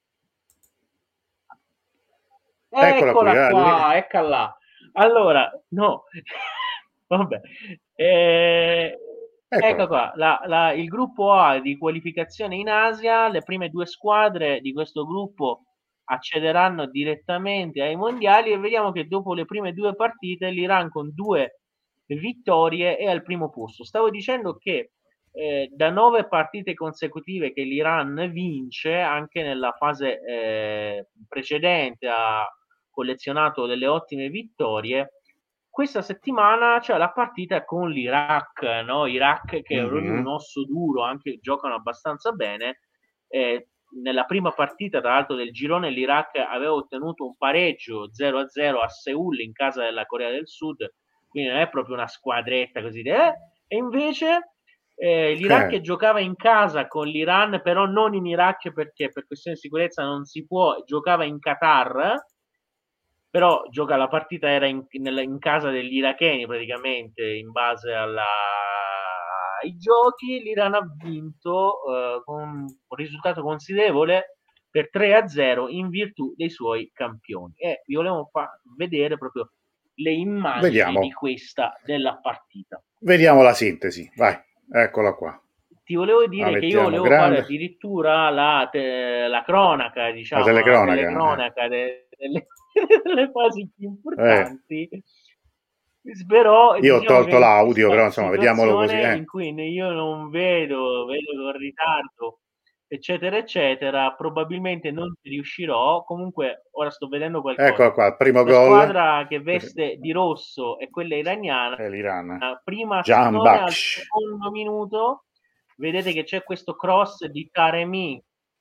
Eccola qui, Eccola qua, eccola. Allora, no, vabbè. Eh, eccola ecco qua. qua, il gruppo A di qualificazione in Asia, le prime due squadre di questo gruppo accederanno direttamente ai mondiali e vediamo che dopo le prime due partite l'Iran con 2 vittorie è al primo posto. Stavo dicendo che da 9 partite consecutive che l'Iran vince, anche nella fase precedente ha collezionato delle ottime vittorie. Questa settimana c'è la partita con l'Iraq, no? Iraq che è proprio un Mhm. osso duro, anche giocano abbastanza bene. Nella prima partita, tra l'altro, del girone, l'Iraq aveva ottenuto un pareggio 0-0 a Seul in casa della Corea del Sud, quindi non è proprio una squadretta così. E invece l'Iraq Eh, giocava in casa con l'Iran, però non in Iraq perché per questione di sicurezza non si può, giocava in Qatar, però la partita era in casa degli iracheni praticamente in base ai giochi. L'Iran ha vinto con un risultato considerevole per 3-0 in virtù dei suoi campioni e vi volevo vedere proprio le immagini di vediamo. questa della partita. Vediamo la sintesi. Vai, eccola qua. Ti volevo La dire che io mettiamo volevo fare grande. addirittura la cronaca, La diciamo, la telecronaca. telecronaca delle fasi più Eh. importanti. Però Io ho diciamo che tolto in l'audio, però questa insomma, vediamolo così. situazione in cui io non vedo con ritardo, eccetera, eccetera, probabilmente non ci riuscirò. Comunque, ora sto vedendo Eccola qualcosa. qua, il primo La gol. squadra che veste di rosso è quella iraniana. È l'Iran. Prima Jan azione al Baksh. secondo minuto, vedete che c'è questo cross di Taremi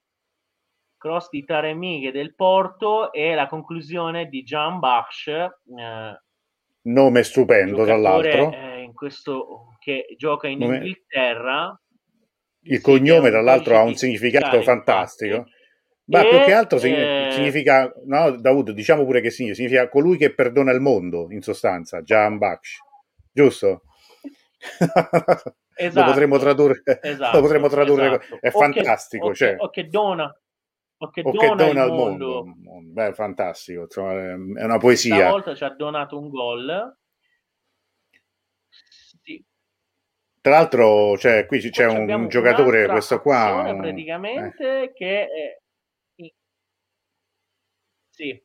che è del Porto e la conclusione di Jan Baksh, Nome stupendo, tra giocatore l'altro. che gioca in Nome... Inghilterra, Il sì, che è cognome, un tra l'altro, codice ha un significato fiscale infatti, fantastico. Ma più che e altro significa, no, Daud, diciamo pure che significa colui che perdona il mondo, in sostanza, Jan Baksh. Giusto? lo potremmo esatto, tradurre, lo potremmo esatto, tradurre, esatto, è fantastico, cioè, o che dona o che il dona al mondo. mondo. Beh, fantastico, insomma, è una poesia. Stavolta ci ha donato un gol. Sì. Tra l'altro, cioè, qui c'è Poi un abbiamo giocatore, un'altra questo qua, azione praticamente che è sì,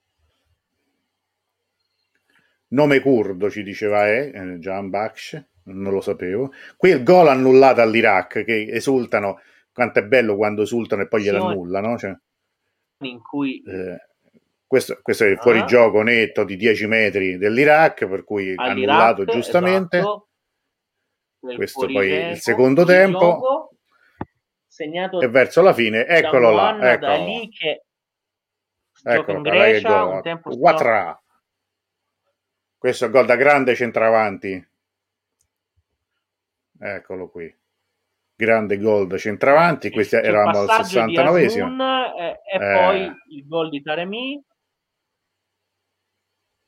nome curdo ci diceva Jan Baksh, non lo sapevo. Qui il gol annullato all'Iraq, che esultano, quanto è bello quando esultano e poi azioni gliel'annullano, cioè, in cui questo è il fuorigioco netto di 10 metri dell'Iraq, per cui annullato all'Iraq, giustamente. esatto, nel Questo poi il fuorigioco, secondo tempo, segnato e verso la fine, da eccolo là, Mohanna eccolo là. Ali che gioca in Eccolo qua, dai che Grecia, un gol. tempo stava Ouattara. Questo è il gol da grande centravanti. Eccolo qui. Grande gol da centravanti. Questi sul eravamo al passaggio di 69esimo. Asmun e poi il gol di Taremi.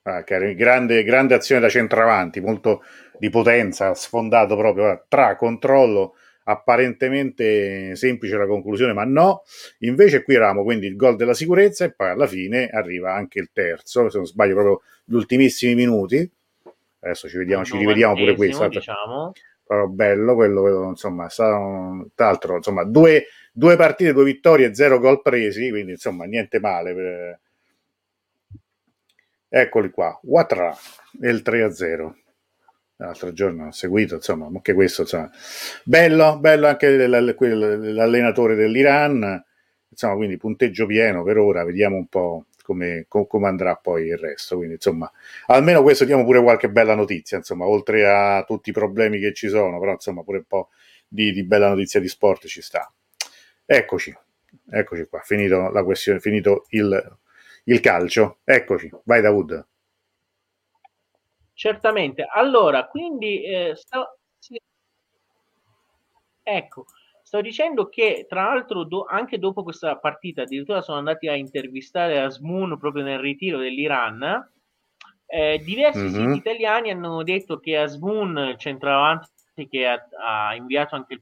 grande azione da centravanti, molto di potenza, sfondato proprio tra controllo, apparentemente semplice la conclusione, ma no. Invece qui eravamo quindi il gol della sicurezza e poi alla fine arriva anche il terzo, se non sbaglio proprio gli ultimissimi minuti. Adesso ci rivediamo pure questo. Diciamo. Però bello quello, insomma, è stato, tra l'altro, insomma, due partite, 2 vittorie, 0 gol presi, quindi insomma niente male. Eccoli qua, Ouattara e il 3-0. L'altro giorno ho seguito, insomma, anche questo, insomma, bello anche l'allenatore dell'Iran, insomma, quindi punteggio pieno per ora, vediamo un po' come andrà poi il resto, quindi insomma, almeno questo diamo pure qualche bella notizia, insomma, oltre a tutti i problemi che ci sono, però insomma pure un po' di bella notizia di sport ci sta. Eccoci qua, finito la questione, finito il calcio, eccoci, vai Dawood. Certamente. Allora, quindi ecco, sto dicendo che tra l'altro anche dopo questa partita addirittura sono andati a intervistare Asmoon proprio nel ritiro dell'Iran. Diversi siti italiani hanno detto che Asmoon, centravanti che ha inviato anche il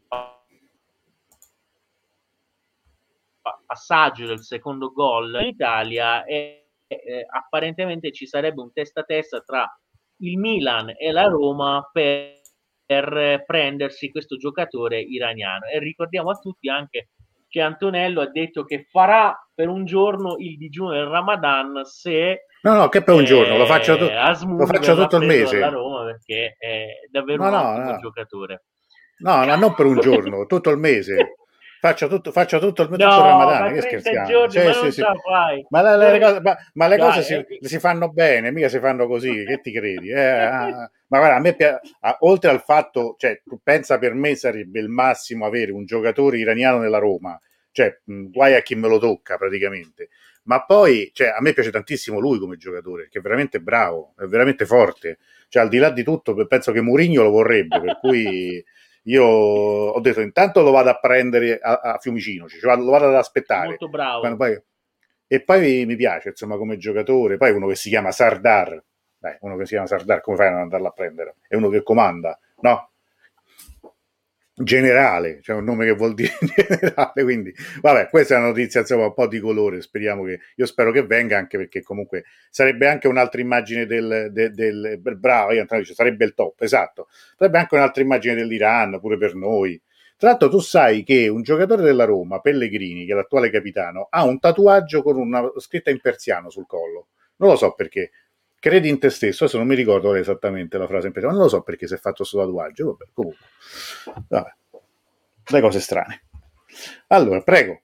passaggio del secondo gol in Italia, e apparentemente ci sarebbe un testa a testa tra il Milan e la Roma per prendersi questo giocatore iraniano. E ricordiamo a tutti anche che Antonello ha detto che farà per un giorno il digiuno del Ramadan se no, che per un giorno, lo faccio tutto il mese dalla Roma, perché è davvero un ottimo giocatore. No, non per un giorno, tutto il mese. Faccio tutto il Ramadan, che scherziamo. Giorni, ma non ce la fai. Ma le cose si fanno bene, mica si fanno così, che ti credi? Ma guarda, a me oltre al fatto, cioè, tu pensa, per me sarebbe il massimo avere un giocatore iraniano nella Roma, cioè, guai a chi me lo tocca praticamente. Ma poi, cioè, a me piace tantissimo lui come giocatore, che è veramente bravo, è veramente forte. Cioè, al di là di tutto, penso che Mourinho lo vorrebbe, per cui io ho detto intanto lo vado a prendere a Fiumicino, cioè lo vado ad aspettare. Molto bravo. E poi mi piace, insomma, come giocatore. Poi uno che si chiama Sardar, come fai a non andarlo a prendere? È uno che comanda, no? Generale, cioè un nome che vuol dire generale, quindi vabbè, questa è una notizia, insomma, un po' di colore, io spero che venga, anche perché comunque sarebbe anche un'altra immagine del bravo, io dice, sarebbe il top, esatto, sarebbe anche un'altra immagine dell'Iran pure per noi. Tra l'altro tu sai che un giocatore della Roma, Pellegrini, che è l'attuale capitano, ha un tatuaggio con una scritta in persiano sul collo, non lo so perché. Credi in te stesso, adesso non mi ricordo esattamente la frase in persiano, non lo so perché si è fatto questo tatuaggio, vabbè, comunque. Vabbè. Le cose strane. Allora, prego.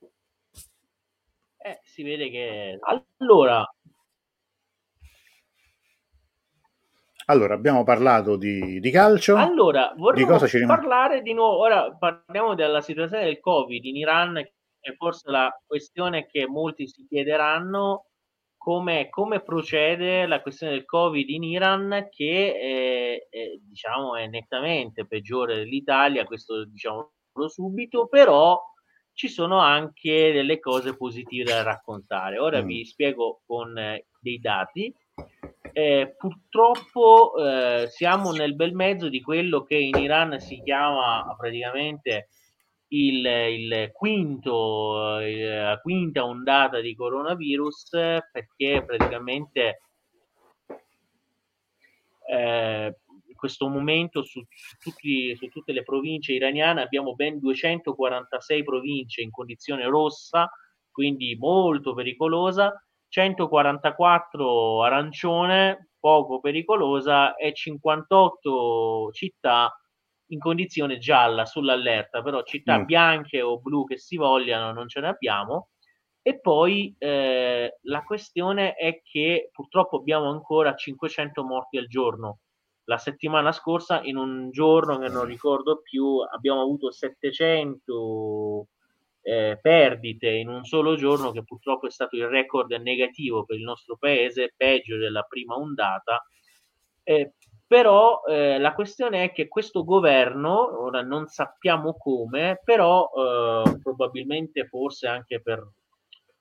Si vede che... Allora, abbiamo parlato di calcio. Allora, vorremmo parlare di nuovo, ora parliamo della situazione del Covid in Iran, che è forse la questione che molti si chiederanno, come procede la questione del Covid in Iran, che diciamo è nettamente peggiore dell'Italia, questo diciamo subito, però ci sono anche delle cose positive da raccontare. Ora vi spiego con dei dati. Purtroppo siamo nel bel mezzo di quello che in Iran si chiama praticamente la quinta ondata di coronavirus, perché praticamente in questo momento su tutte le province iraniane abbiamo ben 246 province in condizione rossa, quindi molto pericolosa, 144 arancione, poco pericolosa, e 58 città in condizione gialla sull'allerta, però città bianche o blu che si vogliano non ce ne abbiamo. E poi la questione è che purtroppo abbiamo ancora 500 morti al giorno. La settimana scorsa, in un giorno che non ricordo più, abbiamo avuto 700 perdite in un solo giorno, che purtroppo è stato il record negativo per il nostro paese, peggio della prima ondata. Però la questione è che questo governo, ora non sappiamo come, però probabilmente forse anche per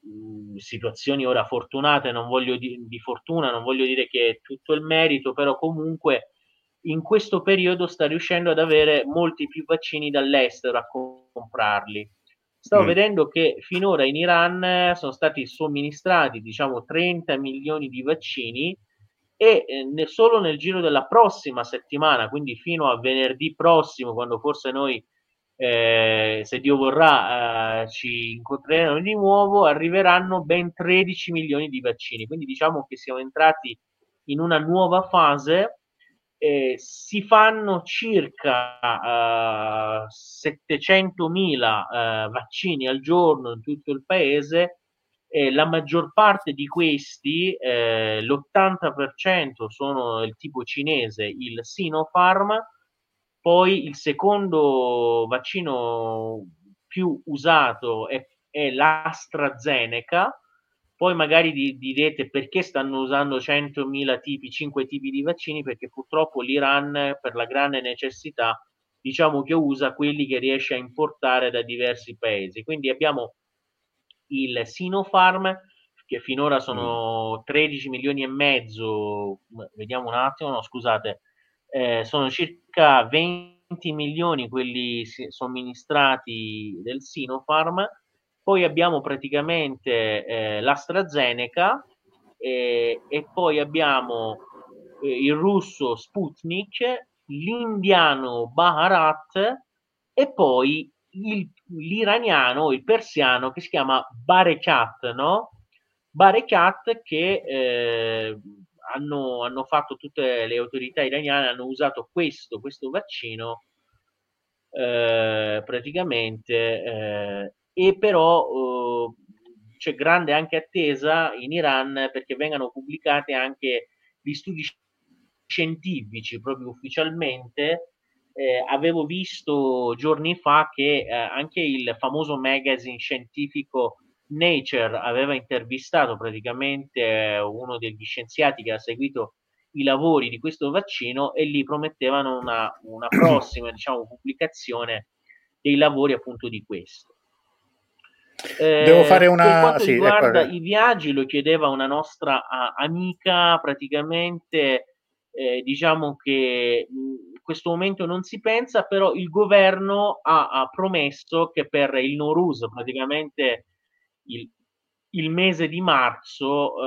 situazioni ora fortunate, non voglio di fortuna, non voglio dire che è tutto il merito, però comunque in questo periodo sta riuscendo ad avere molti più vaccini dall'estero, a comprarli. Stavo vedendo che finora in Iran sono stati somministrati, diciamo, 30 milioni di vaccini e solo nel giro della prossima settimana, quindi fino a venerdì prossimo, quando forse noi, se Dio vorrà, ci incontreremo di nuovo, arriveranno ben 13 milioni di vaccini. Quindi diciamo che siamo entrati in una nuova fase. Si fanno circa 700.000 vaccini al giorno in tutto il paese. La maggior parte di questi, l'80% sono del tipo cinese, il Sinopharm, poi il secondo vaccino più usato è l'AstraZeneca, poi magari direte perché stanno usando 100.000 tipi, 5 tipi di vaccini, perché purtroppo l'Iran, per la grande necessità, diciamo che usa quelli che riesce a importare da diversi paesi. Quindi abbiamo il Sinopharm, che finora sono 13 milioni e mezzo, vediamo un attimo, no, scusate, sono circa 20 milioni quelli somministrati del Sinopharm. Poi abbiamo praticamente l'AstraZeneca e poi abbiamo il russo Sputnik, l'indiano Bharat e poi l'iraniano, il persiano che si chiama Barekat, no? Barekat che hanno fatto tutte le autorità iraniane, hanno usato questo vaccino praticamente e però c'è grande anche attesa in Iran perché vengano pubblicate anche gli studi scientifici proprio ufficialmente. Avevo visto giorni fa che anche il famoso magazine scientifico Nature aveva intervistato praticamente uno degli scienziati che ha seguito i lavori di questo vaccino e lì promettevano una prossima, diciamo, pubblicazione dei lavori appunto di questo. Devo fare Per una... quanto Sì, riguarda ecco, i viaggi, lo chiedeva una nostra amica, praticamente diciamo che in questo momento non si pensa, però il governo ha promesso che per il Nowruz, praticamente il, il mese di marzo,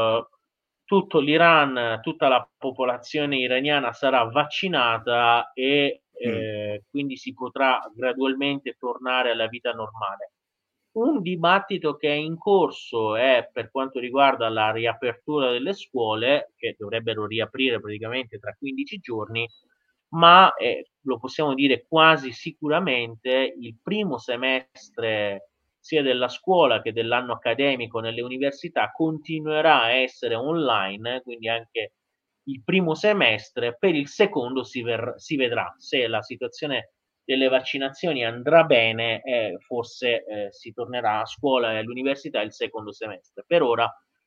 tutto l'Iran, tutta la popolazione iraniana sarà vaccinata e quindi si potrà gradualmente tornare alla vita normale. Un dibattito che è in corso è per quanto riguarda la riapertura delle scuole, che dovrebbero riaprire praticamente tra 15 giorni, ma lo possiamo dire quasi sicuramente il primo semestre sia della scuola che dell'anno accademico nelle università continuerà a essere online, quindi anche il primo semestre. Per il secondo si vedrà se la situazione delle vaccinazioni andrà bene, forse si tornerà a scuola e all'università il secondo semestre. Per ora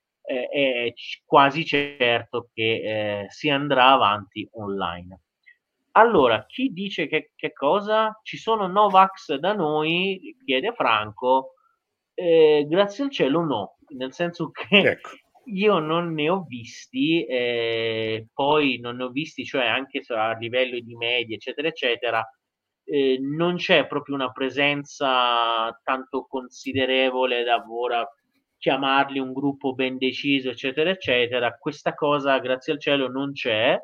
è quasi certo che si andrà avanti online. Allora, chi dice che cosa? Ci sono Novax da noi? Chiede Franco. Grazie al cielo no, nel senso che ecco. io non ne ho visti, poi non ne ho visti, cioè anche a livello di media, eccetera, eccetera, non c'è proprio una presenza tanto considerevole da ora chiamarli un gruppo ben deciso, eccetera, eccetera. Questa cosa, grazie al cielo, non c'è.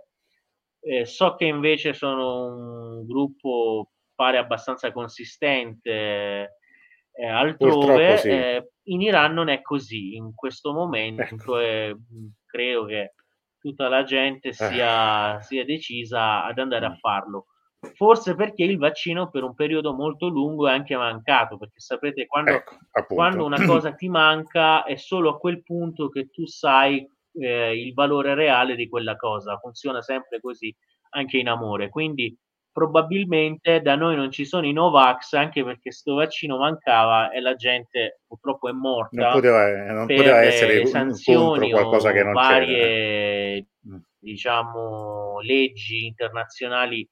So che invece sono un gruppo pare abbastanza consistente Purtroppo altrove. sì. In Iran non è così in questo Ecco. momento e credo che tutta la gente Eh, sia decisa ad andare a farlo. Forse perché il vaccino per un periodo molto lungo è anche mancato, perché sapete ecco, quando appunto. una cosa ti manca è solo a quel punto che tu sai il valore reale di quella cosa. Funziona sempre così anche in amore. Quindi probabilmente da noi non ci sono i Novax anche perché sto vaccino mancava e la gente purtroppo è morta Non poteva per essere le contro sanzioni qualcosa che o non c'era. varie diciamo leggi internazionali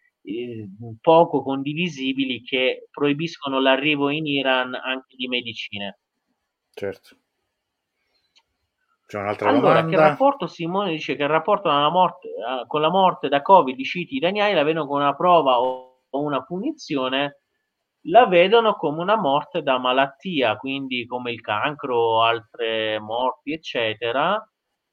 poco condivisibili che proibiscono l'arrivo in Iran anche di medicine. Certo. C'è un'altra Allora, che domanda? rapporto Simone dice che il rapporto con la morte da Covid di siti iraniani la vedono come una prova o una punizione, la vedono come una morte da malattia, quindi come il cancro o altre morti, eccetera.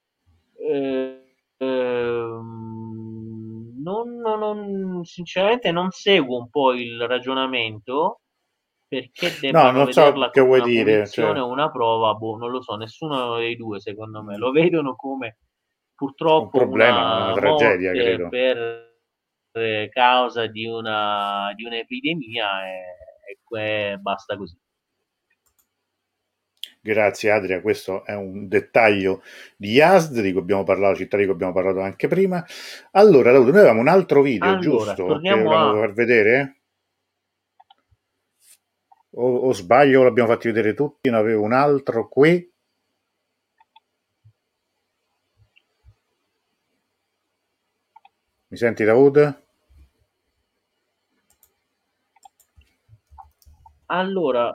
Sinceramente non seguo un po' il ragionamento perché No, debbano non so vederla che come vuoi una dire, punizione cioè, o una prova, boh, non lo so, nessuno dei due secondo me. Lo vedono come un purtroppo problema, una una tragedia, morte credo. per causa di un'epidemia e basta così. Grazie Adria, questo è un dettaglio di Yazd di cui abbiamo parlato, città di cui abbiamo parlato anche prima. Allora, Davuto, noi avevamo un altro video, Allora, giusto? Che torniamo volevamo a... far vedere? O sbaglio, l'abbiamo fatti vedere tutti, ne avevo un altro qui. Mi senti, Davuto? Allora,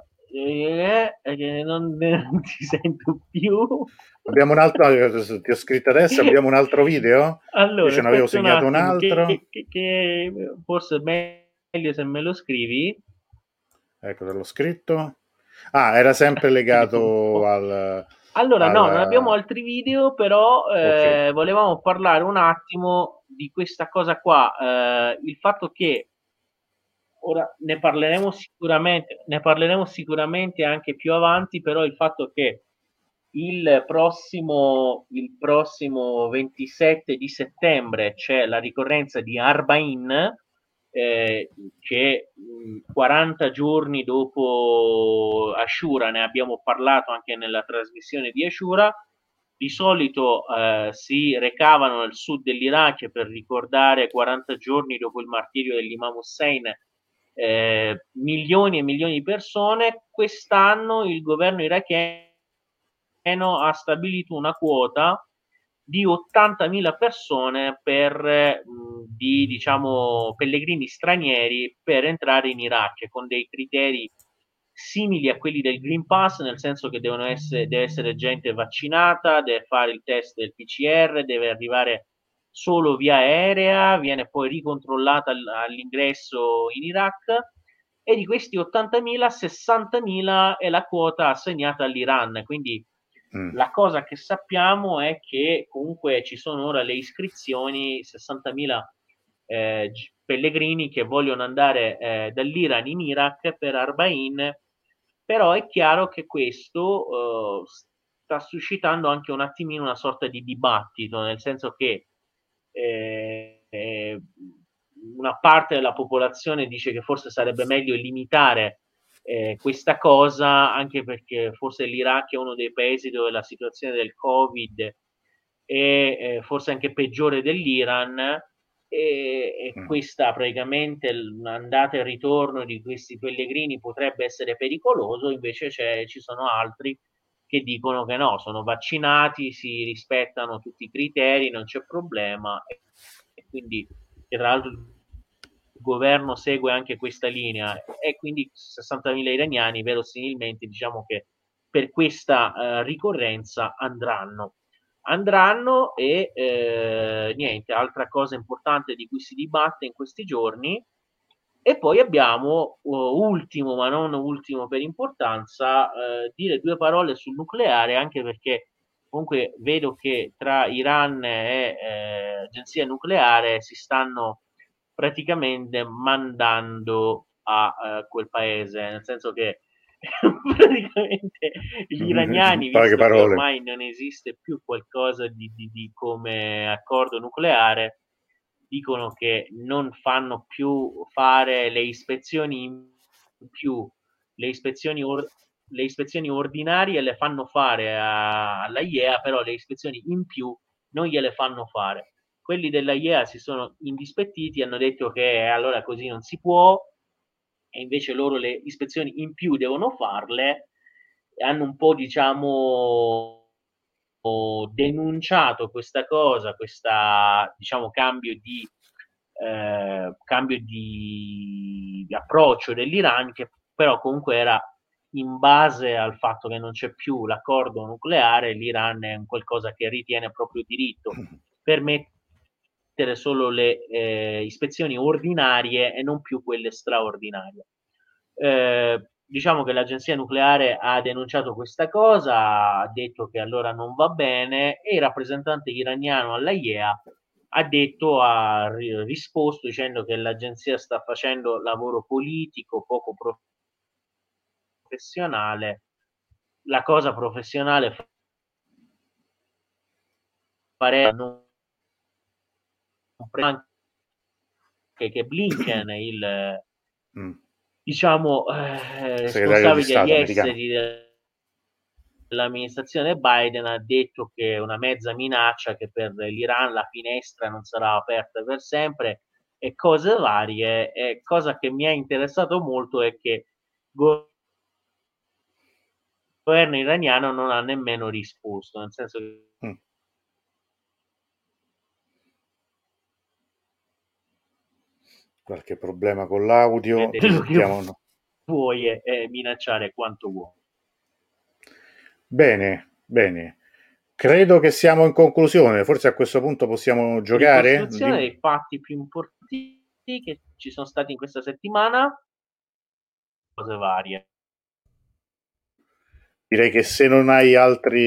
non ti sento più. Abbiamo un altro, ti ho scritto adesso, abbiamo un altro video? Io Allora, ce ne avevo aspetta un segnato un attimo, altro. che forse è meglio se me lo scrivi. Ecco, te l'ho scritto. Ah, era sempre Vediamo un legato po'. al... Allora, no, non abbiamo al... altri video, però Ok. volevamo parlare un attimo di questa cosa qua. Il fatto che ora ne parleremo sicuramente anche più avanti, però il fatto che il prossimo 27 di settembre c'è la ricorrenza di Arbain, che 40 giorni dopo Ashura, ne abbiamo parlato anche nella trasmissione di Ashura. Di solito si recavano nel sud dell'Iraq per ricordare 40 giorni dopo il martirio dell'Imam Hussein milioni e milioni di persone. Quest'anno il governo iracheno ha stabilito una quota di 80.000 persone di diciamo pellegrini stranieri per entrare in Iraq con dei criteri simili a quelli del Green Pass, nel senso che deve essere gente vaccinata, deve fare il test del PCR, deve arrivare solo via aerea, viene poi ricontrollata all'ingresso in Iraq e di questi 80.000, 60.000 è la quota assegnata all'Iran, quindi Mm. la cosa che sappiamo è che comunque ci sono ora le iscrizioni, 60.000 pellegrini che vogliono andare dall'Iran in Iraq per Arbain, però è chiaro che questo sta suscitando anche un attimino una sorta di dibattito, nel senso che una parte della popolazione dice che forse sarebbe meglio limitare questa cosa, anche perché forse l'Iraq è uno dei paesi dove la situazione del Covid è forse anche peggiore dell'Iran e questa praticamente l'andata e il ritorno di questi pellegrini potrebbe essere pericoloso, invece ci sono altri che dicono che no, sono vaccinati, si rispettano tutti i criteri, non c'è problema e quindi tra l'altro il governo segue anche questa linea e quindi 60.000 iraniani verosimilmente diciamo che per questa ricorrenza andranno e niente, altra cosa importante di cui si dibatte in questi giorni. E poi abbiamo, ultimo ma non ultimo per importanza, dire due parole sul nucleare, anche perché comunque vedo che tra Iran e agenzia nucleare si stanno praticamente mandando a quel paese, nel senso che praticamente gli iraniani, Poche visto che parole. ormai non esiste più qualcosa di come accordo nucleare, dicono che non fanno più fare le ispezioni in più, le ispezioni, le ispezioni ordinarie le fanno fare alla IEA, però le ispezioni in più non gliele fanno fare. Quelli della IEA si sono indispettiti, hanno detto che allora così non si può, e invece loro le ispezioni in più devono farle, e hanno un po' diciamo denunciato questa cosa, questa diciamo cambio di approccio dell'Iran che però comunque era in base al fatto che non c'è più l'accordo nucleare, l'Iran è un qualcosa che ritiene proprio diritto permettere solo le ispezioni ordinarie e non più quelle straordinarie. Diciamo che l'agenzia nucleare ha denunciato questa cosa, ha detto che allora non va bene, e il rappresentante iraniano all'AIEA ha risposto dicendo che l'agenzia sta facendo lavoro politico poco professionale. La cosa professionale pareva non che Blinken, il Mm. diciamo Segretario di responsabile agli Stato americano. esteri dell'amministrazione Biden, ha detto che è una mezza minaccia, che per l'Iran la finestra non sarà aperta per sempre e cose varie. E cosa che mi ha interessato molto è che il governo iraniano non ha nemmeno risposto, nel senso che Mm. Qualche problema con l'audio, ti quello che sentiamo? No. vuoi è minacciare quanto vuoi. Bene, bene. Credo che siamo in conclusione, forse a questo punto possiamo giocare? Ricostruzione dei fatti più importanti che ci sono stati in questa settimana, cose varie. Direi che se non hai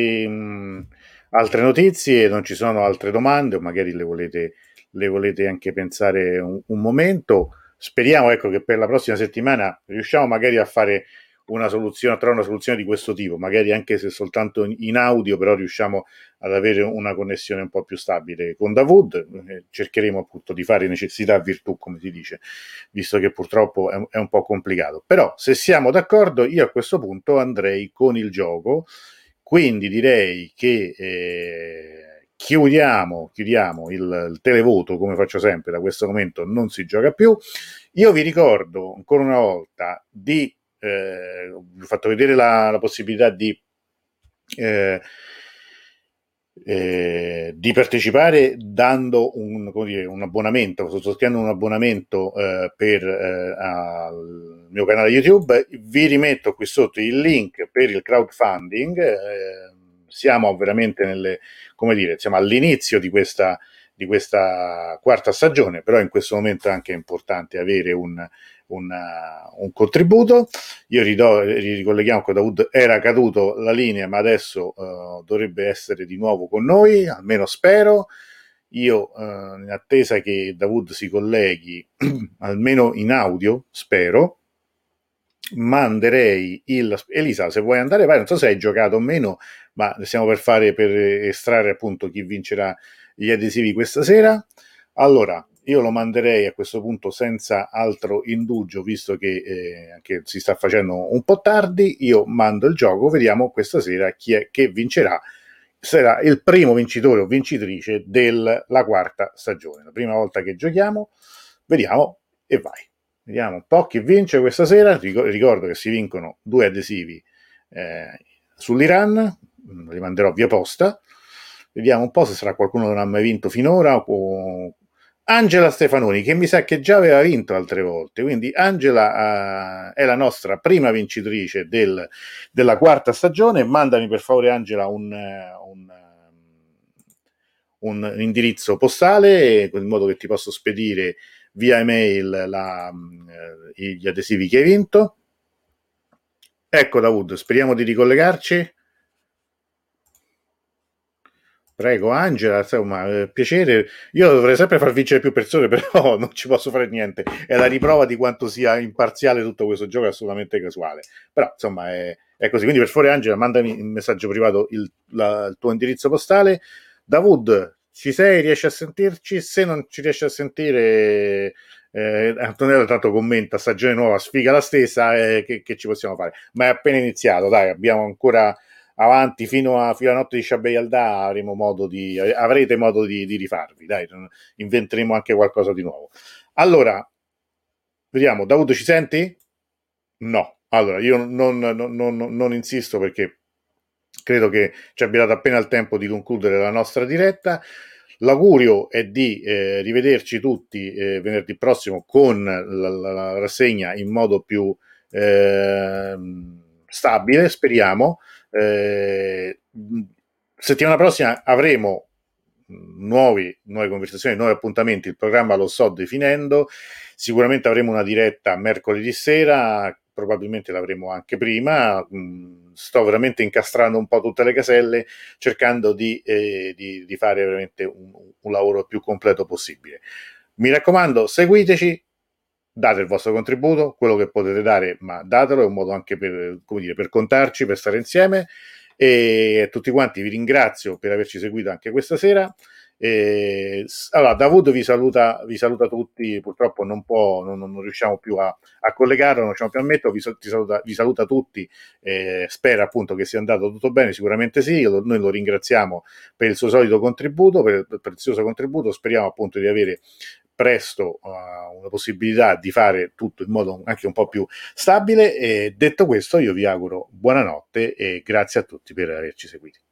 altre notizie, non ci sono altre domande, o magari le volete anche pensare un momento. Speriamo, ecco, che per la prossima settimana riusciamo magari a fare una soluzione, a trovare una soluzione di questo tipo, magari anche se soltanto in audio, però riusciamo ad avere una connessione un po' più stabile con Davud. Cercheremo appunto di fare necessità virtù, come si dice, visto che purtroppo è un po' complicato. Però se siamo d'accordo, io a questo punto andrei con il gioco, quindi direi che chiudiamo il televoto, come faccio sempre, da questo momento non si gioca più. Io vi ricordo ancora una volta vi ho fatto vedere la possibilità di partecipare dando un abbonamento, sottoscrivendo un abbonamento al mio canale YouTube. Vi rimetto qui sotto il link per il crowdfunding. Siamo veramente siamo all'inizio di questa quarta stagione, però in questo momento è anche importante avere un contributo. Io ricolleghiamo che Dawood era caduto la linea, ma adesso dovrebbe essere di nuovo con noi, almeno spero. Io in attesa che Dawood si colleghi almeno in audio, spero, manderei Elisa, se vuoi andare, vai. Non so se hai giocato o meno, ma stiamo per estrarre appunto chi vincerà gli adesivi questa sera. Allora, io lo manderei a questo punto senza altro indugio, visto che anche si sta facendo un po' tardi. Io mando il gioco, vediamo questa sera chi è che vincerà. Sarà il primo vincitore o vincitrice della quarta stagione. La prima volta che giochiamo, vediamo e vai. Vediamo un po' chi vince questa sera. Ricordo che si vincono 2 adesivi sull'Iran, li manderò via posta. Vediamo un po' se sarà qualcuno che non ha mai vinto finora. Angela Stefanoni, che mi sa che già aveva vinto altre volte, quindi Angela è la nostra prima vincitrice della quarta stagione. Mandami per favore, Angela, un indirizzo postale in modo che ti posso spedire via email gli adesivi che hai vinto. Ecco, Dawood, speriamo di ricollegarci. Prego, Angela, insomma, piacere. Io dovrei sempre far vincere più persone, però non ci posso fare niente. È la riprova di quanto sia imparziale tutto questo gioco, è assolutamente casuale. Però, insomma, è così. Quindi, per favore, Angela, mandami in messaggio privato il tuo indirizzo postale. Dawood, ci sei? Riesci a sentirci? Se non ci riesci a sentire, Antonello tanto commenta, stagione nuova, sfiga la stessa, che ci possiamo fare? Ma è appena iniziato, dai, abbiamo ancora avanti fino alla notte di Shabbat Yalda avrete modo di rifarvi, dai, inventeremo anche qualcosa di nuovo. Allora, vediamo, Davuto, ci senti? No, allora io non insisto, perché credo che ci abbia dato appena il tempo di concludere la nostra diretta. L'augurio è di rivederci tutti venerdì prossimo con la rassegna in modo più stabile, speriamo. Settimana prossima avremo nuove conversazioni, nuovi appuntamenti. Il programma lo sto definendo. Sicuramente avremo una diretta mercoledì sera, probabilmente l'avremo anche prima. Sto veramente incastrando un po' tutte le caselle, cercando di fare veramente un lavoro più completo possibile. Mi raccomando, seguiteci, date il vostro contributo, quello che potete dare, ma datelo, è un modo anche per, come dire, per contarci, per stare insieme. E tutti quanti vi ringrazio per averci seguito anche questa sera. Allora, Davuto vi saluta tutti, purtroppo non riusciamo più a collegarlo, non riusciamo più a metterlo, vi saluta tutti, spera appunto che sia andato tutto bene, sicuramente sì, noi lo ringraziamo per il suo solito contributo, per il prezioso contributo, speriamo appunto di avere presto una possibilità di fare tutto in modo anche un po' più stabile. E detto questo, io vi auguro buonanotte e grazie a tutti per averci seguiti.